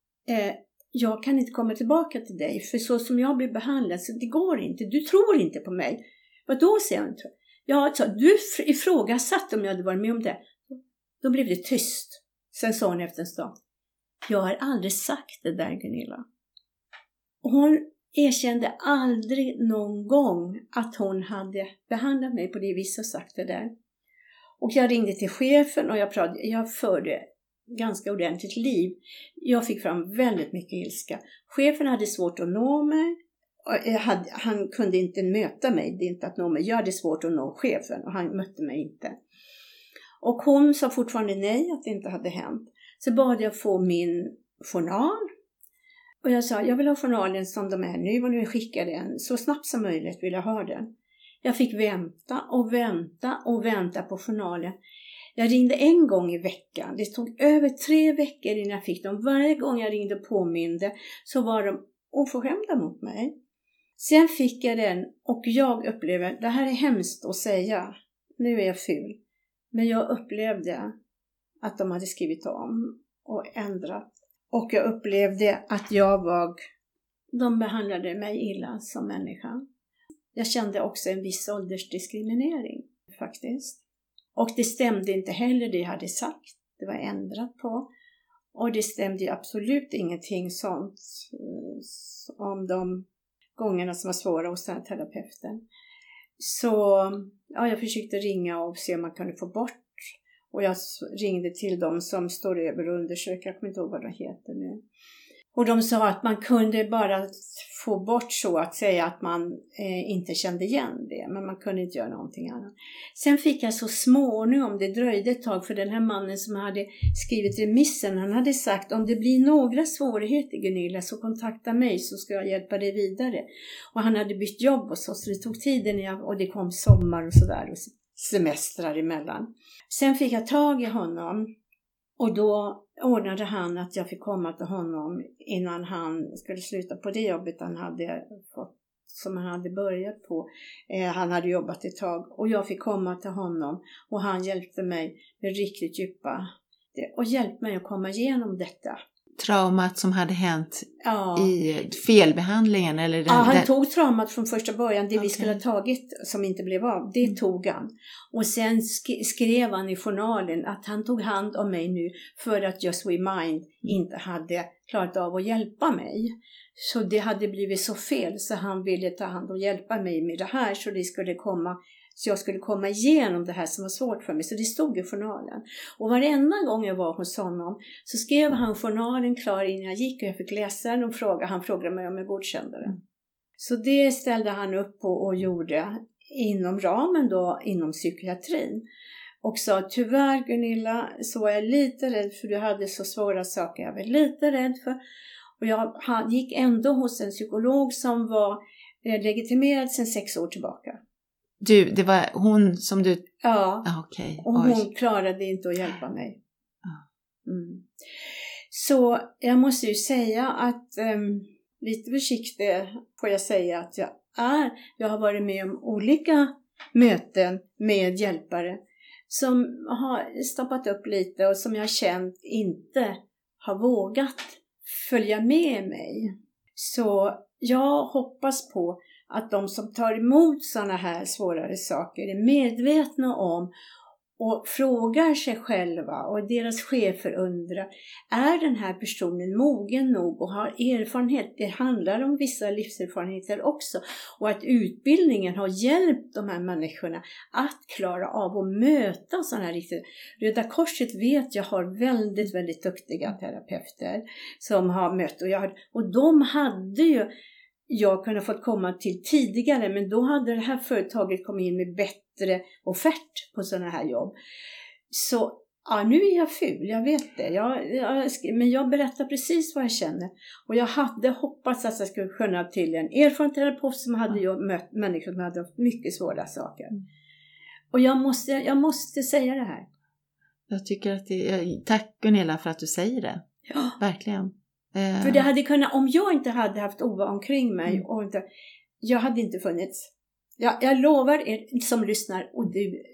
Jag kan inte komma tillbaka till dig för så som jag blir behandlad så det går inte. Du tror inte på mig. Vad säger hon? Jag sa, du ifrågasatte om jag hade varit med om det. Då blev det tyst. Sen sa hon efter en stund. Jag har aldrig sagt det där, Gunilla. Hon erkände aldrig någon gång att hon hade behandlat mig på det viset och sagt det där. Och jag ringde till chefen och jag förde ganska ordentligt liv. Jag fick fram väldigt mycket ilska. Chefen hade svårt att nå mig. Han kunde inte möta mig, det är inte att nå mig. Jag hade svårt att nå chefen och han mötte mig inte. Och hon sa fortfarande nej, att det inte hade hänt. Så bad jag få min journal. Och jag sa, jag vill ha journalen som de är nu. Och nu skickar den. Så snabbt som möjligt vill jag ha den. Jag fick vänta på journalen. Jag ringde en gång i veckan. Det tog över 3 veckor innan jag fick dem. Varje gång jag ringde och påminde så var de oförskämda mot mig. Sen fick jag den och jag upplevde, det här är hemskt att säga. Nu är jag ful. Men jag upplevde att de hade skrivit om och ändrat. Och jag upplevde att de behandlade mig illa som människa. Jag kände också en viss åldersdiskriminering faktiskt. Och det stämde inte heller det jag hade sagt. Det var ändrat på. Och det stämde absolut ingenting sånt om de gångerna som var svåra hos den här terapeuten. Så jag försökte ringa och se om man kunde få bort. Och jag ringde till dem som står över och undersöker. Jag kommer inte ihåg vad de heter nu. Och de sa att man kunde bara få bort så att säga att man inte kände igen det. Men man kunde inte göra någonting annat. Sen fick jag så småningom, det dröjde ett tag för den här mannen som hade skrivit remissen. Han hade sagt om det blir några svårigheter Gunilla så kontakta mig så ska jag hjälpa dig vidare. Och han hade bytt jobb hos oss så det tog tiden och det kom sommar och sådär och semestrar emellan. Sen fick jag tag i honom. Och då ordnade han att jag fick komma till honom innan han skulle sluta på det jobbet han hade fått, som han hade börjat på. Han hade jobbat ett tag och jag fick komma till honom och han hjälpte mig med riktigt djupa och hjälpte mig att komma igenom detta.
Traumat som hade hänt i felbehandlingen? Eller
han tog traumat från första början. Det vi skulle ha tagit som inte blev av, det tog han. Och sen skrev han i journalen att han tog hand om mig nu för att Just We Mind inte hade klarat av att hjälpa mig. Så det hade blivit så fel så han ville ta hand och hjälpa mig med det här så jag skulle komma igenom det här som var svårt för mig. Så det stod i journalen. Och varenda gång jag var hos honom så skrev han journalen klar innan jag gick och jag fick läsa den och han frågade mig om jag godkände den. Så det ställde han upp på och gjorde inom ramen då inom psykiatrin. Och sa tyvärr Gunilla så var jag lite rädd för du hade så svåra saker jag var lite rädd för. Och jag gick ändå hos en psykolog som var legitimerad sedan 6 år tillbaka.
Det var hon som du...
Ja,
okay.
Och hon klarade inte att hjälpa mig. Så jag måste ju säga att lite försiktigt får jag säga att jag har varit med om olika möten med hjälpare som har stoppat upp lite och som jag känt inte har vågat följa med mig. Så jag hoppas på att de som tar emot sådana här svårare saker är medvetna om och frågar sig själva och deras chefer undrar, är den här personen mogen nog och har erfarenhet? Det handlar om vissa livserfarenheter också och att utbildningen har hjälpt de här människorna att klara av att möta sådana här riktigt. Röda Korset vet jag har väldigt, väldigt duktiga terapeuter som har mött och de hade ju jag kunde fått komma till tidigare men då hade det här företaget kommit in med bättre offert på sådana här jobb. Så nu är jag ful, jag vet det. Men jag berättar precis vad jag känner. Och jag hade hoppats att jag skulle kunna till en erfaren terapeut som hade mött människor som hade haft mycket svåra saker. Och jag måste säga det här.
Jag tycker att tack Gunilla för att du säger det.
Ja.
Verkligen.
För det hade kunnat, om jag inte hade haft Ova omkring mig jag hade inte funnits. Jag lovar er som lyssnar och du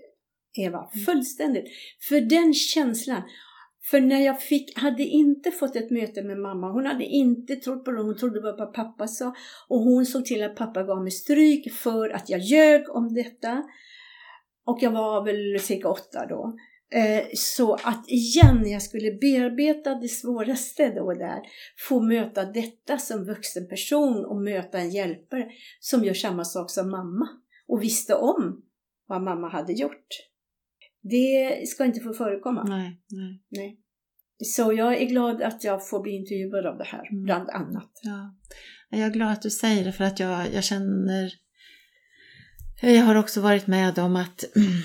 Eva, fullständigt. För den känslan. För när jag hade inte fått ett möte med mamma. Hon hade inte trott på det. Hon trodde bara på vad pappa sa. Och hon såg till att pappa gav mig stryk för att jag ljög om detta. Och jag var väl cirka 8 då. Så att igen, jag skulle bearbeta det svåraste då där. Få möta detta som vuxen person och möta en hjälpare som gör samma sak som mamma. Och visste om vad mamma hade gjort. Det ska inte få förekomma. Nej. Så jag är glad att jag får bli intervjuad av det här, bland annat.
Ja. Jag är glad att du säger det, för att jag känner... Jag har också varit med om att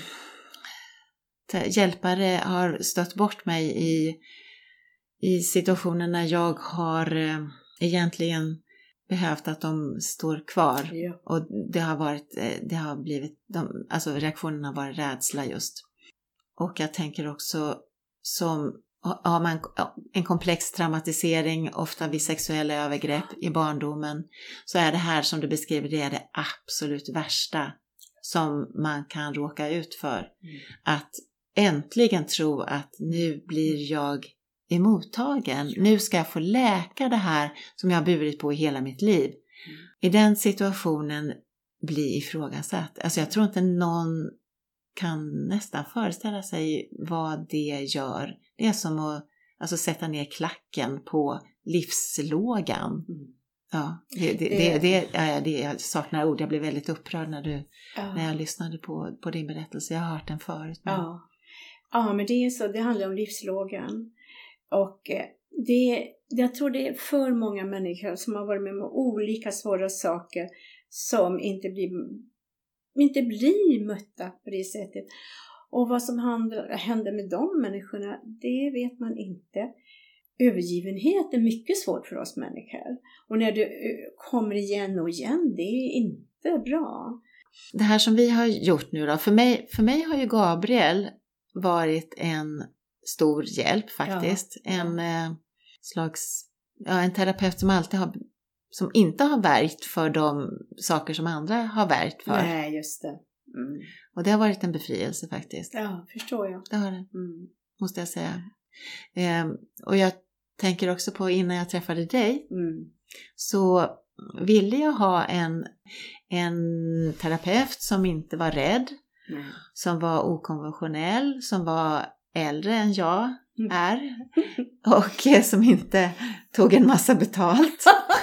hjälpare har stött bort mig i situationer när jag har egentligen behövt att de står kvar.
Ja.
Och det har blivit, alltså reaktionen har varit rädsla just. Och jag tänker också, som har man en komplex traumatisering, ofta vid sexuella övergrepp i barndomen, så är det här som du beskriver, det är det absolut värsta som man kan råka ut för. Att äntligen tro att nu blir jag emottagen. Nu ska jag få läka det här som jag har burit på i hela mitt liv. I den situationen blir ifrågasatt. Alltså jag tror inte någon kan nästan föreställa sig vad det gör. Det är som att sätta ner klacken på livslågan. Ja, jag saknar ord. Jag blev väldigt upprörd när jag lyssnade på din berättelse. Jag har hört den förut. Men...
Ja, men det är så. Det handlar om livslågan. Och jag tror det är för många människor som har varit med om olika svåra saker som inte blir mötta på det sättet. Och vad som händer med de människorna, det vet man inte. Övergivenhet är mycket svårt för oss människor. Och när det kommer igen och igen, det är inte bra.
Det här som vi har gjort nu då, för mig har ju Gabriel varit en stor hjälp faktiskt. Ja. En terapeut som inte har värjt för de saker som andra har värjt för.
Nej, just det.
Och det har varit en befrielse faktiskt.
Ja, förstår jag.
Det har det, måste jag säga. Och jag tänker också på, innan jag träffade dig, så ville jag ha en terapeut som inte var rädd, som var okonventionell, som var äldre än jag är och som inte tog en massa betalt.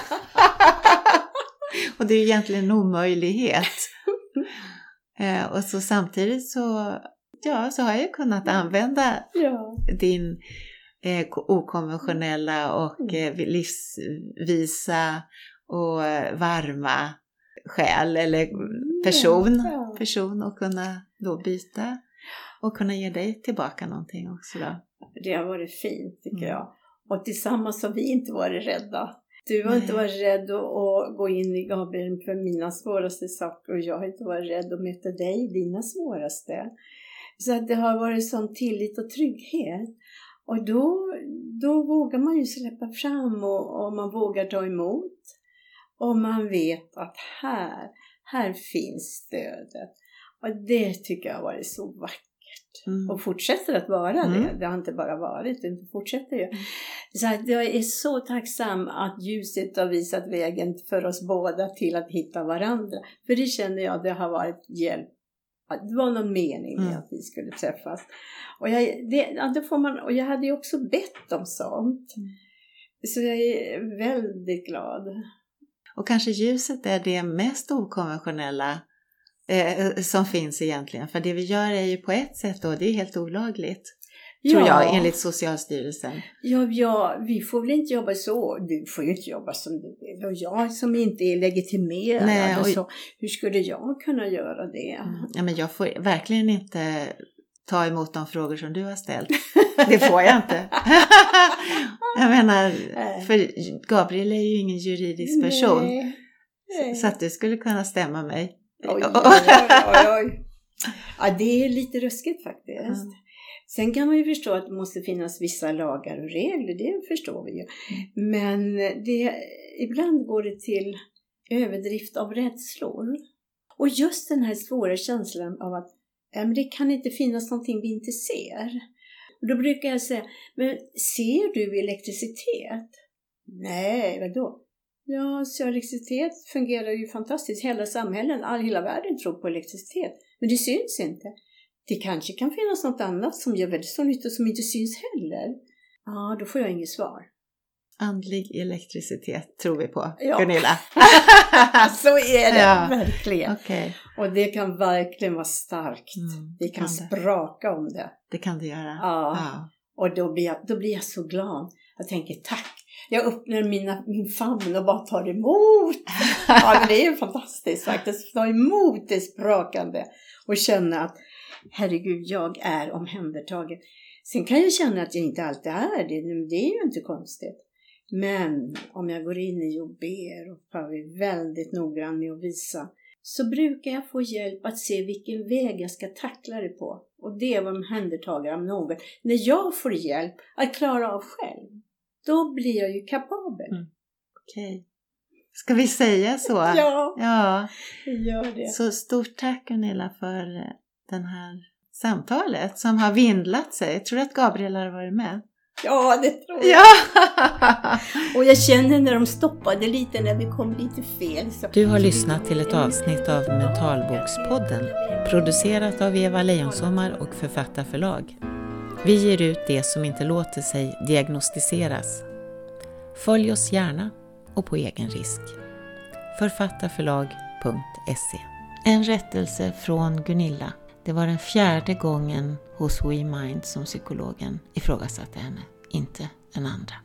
Och det är egentligen en omöjlighet. Och så samtidigt så har jag kunnat använda din okonventionella och livsvisa och varma själ eller person och kunna då byta och kunna ge dig tillbaka någonting också då.
Det har varit fint tycker jag. Och tillsammans har vi inte varit rädda. Du har inte varit rädd att gå in i Gabriel för mina svåraste saker, och jag har inte varit rädd att möta dig, dina svåraste. Så att det har varit sån tillit och trygghet. Och då vågar man ju släppa fram och man vågar ta emot. Och man vet att här finns stödet. Och det tycker jag har varit så vackert. Och fortsätter att vara det. Det har inte bara varit, det fortsätter ju. Så att jag är så tacksam att ljuset har visat vägen för oss båda till att hitta varandra. För det känner jag, det har varit hjälp. Det var någon mening med att vi skulle träffas. Och jag hade ju också bett om sånt. Så jag är väldigt glad.
Och kanske ljuset är det mest okonventionella som finns egentligen. För det vi gör är ju på ett sätt då, det är helt olagligt. Tror jag, enligt Socialstyrelsen.
Ja, vi får väl inte jobba så. Du får ju inte jobba som du vill. Och jag som inte är legitimerad. Nej, så, hur skulle jag kunna göra det?
Ja, men jag får verkligen inte ta emot de frågor som du har ställt. Det får jag inte. Jag menar, för Gabriel är ju ingen juridisk person. Nej. Så att du skulle kunna stämma mig.
Oj. Ja, det är lite ruskigt faktiskt. Sen kan man ju förstå att det måste finnas vissa lagar och regler, det förstår vi ju. Men ibland går det till överdrift av rädslor. Och just den här svåra känslan av att Men det kan inte finnas någonting vi inte ser. Och då brukar jag säga, men ser du elektricitet? Nej, vadå? Ja, så elektricitet fungerar ju fantastiskt. Hela samhällen, hela världen tror på elektricitet. Men det syns inte. Det kanske kan finnas något annat som gör väldigt stor nytta som inte syns heller. Ja, då får jag inget svar.
Andlig elektricitet tror vi på,
ja.
Gunilla.
Så är det, verkligen.
Okay.
Och det kan verkligen vara starkt. Vi kan spraka om det.
Det kan det göra.
Ja. Och då blir jag så glad. Jag tänker tack. Jag öppnar min famn och bara tar emot. Ja, men det är ju fantastiskt faktiskt. Ta emot det sprakande. Och känna att herregud, jag är omhändertagen. Sen kan jag känna att jag inte alltid är det. Det är ju inte konstigt. Men om jag går in i och ber och är väldigt noggrann med att visa, så brukar jag få hjälp att se vilken väg jag ska tackla det på. Och det var omhändertagare av något. När jag får hjälp att klara av själv, då blir jag ju kapabel.
Okej. Ska vi säga så?
Ja, gör det.
Så stort tack Gunilla för den här samtalet som har vindlat sig. Jag tror att Gabriel har varit med.
Ja, det tror jag.
Ja.
Och jag kände när de stoppade lite, när vi kom lite fel. Så...
Du har lyssnat till ett avsnitt av Mentalbokspodden. Producerat av Eva Lejonsommar och Författarförlag. Vi ger ut det som inte låter sig diagnostiseras. Följ oss gärna och på egen risk. Författarförlag.se. En rättelse från Gunilla. Det var den 4:e gången hos WeMind som psykologen ifrågasatte henne, inte den andra.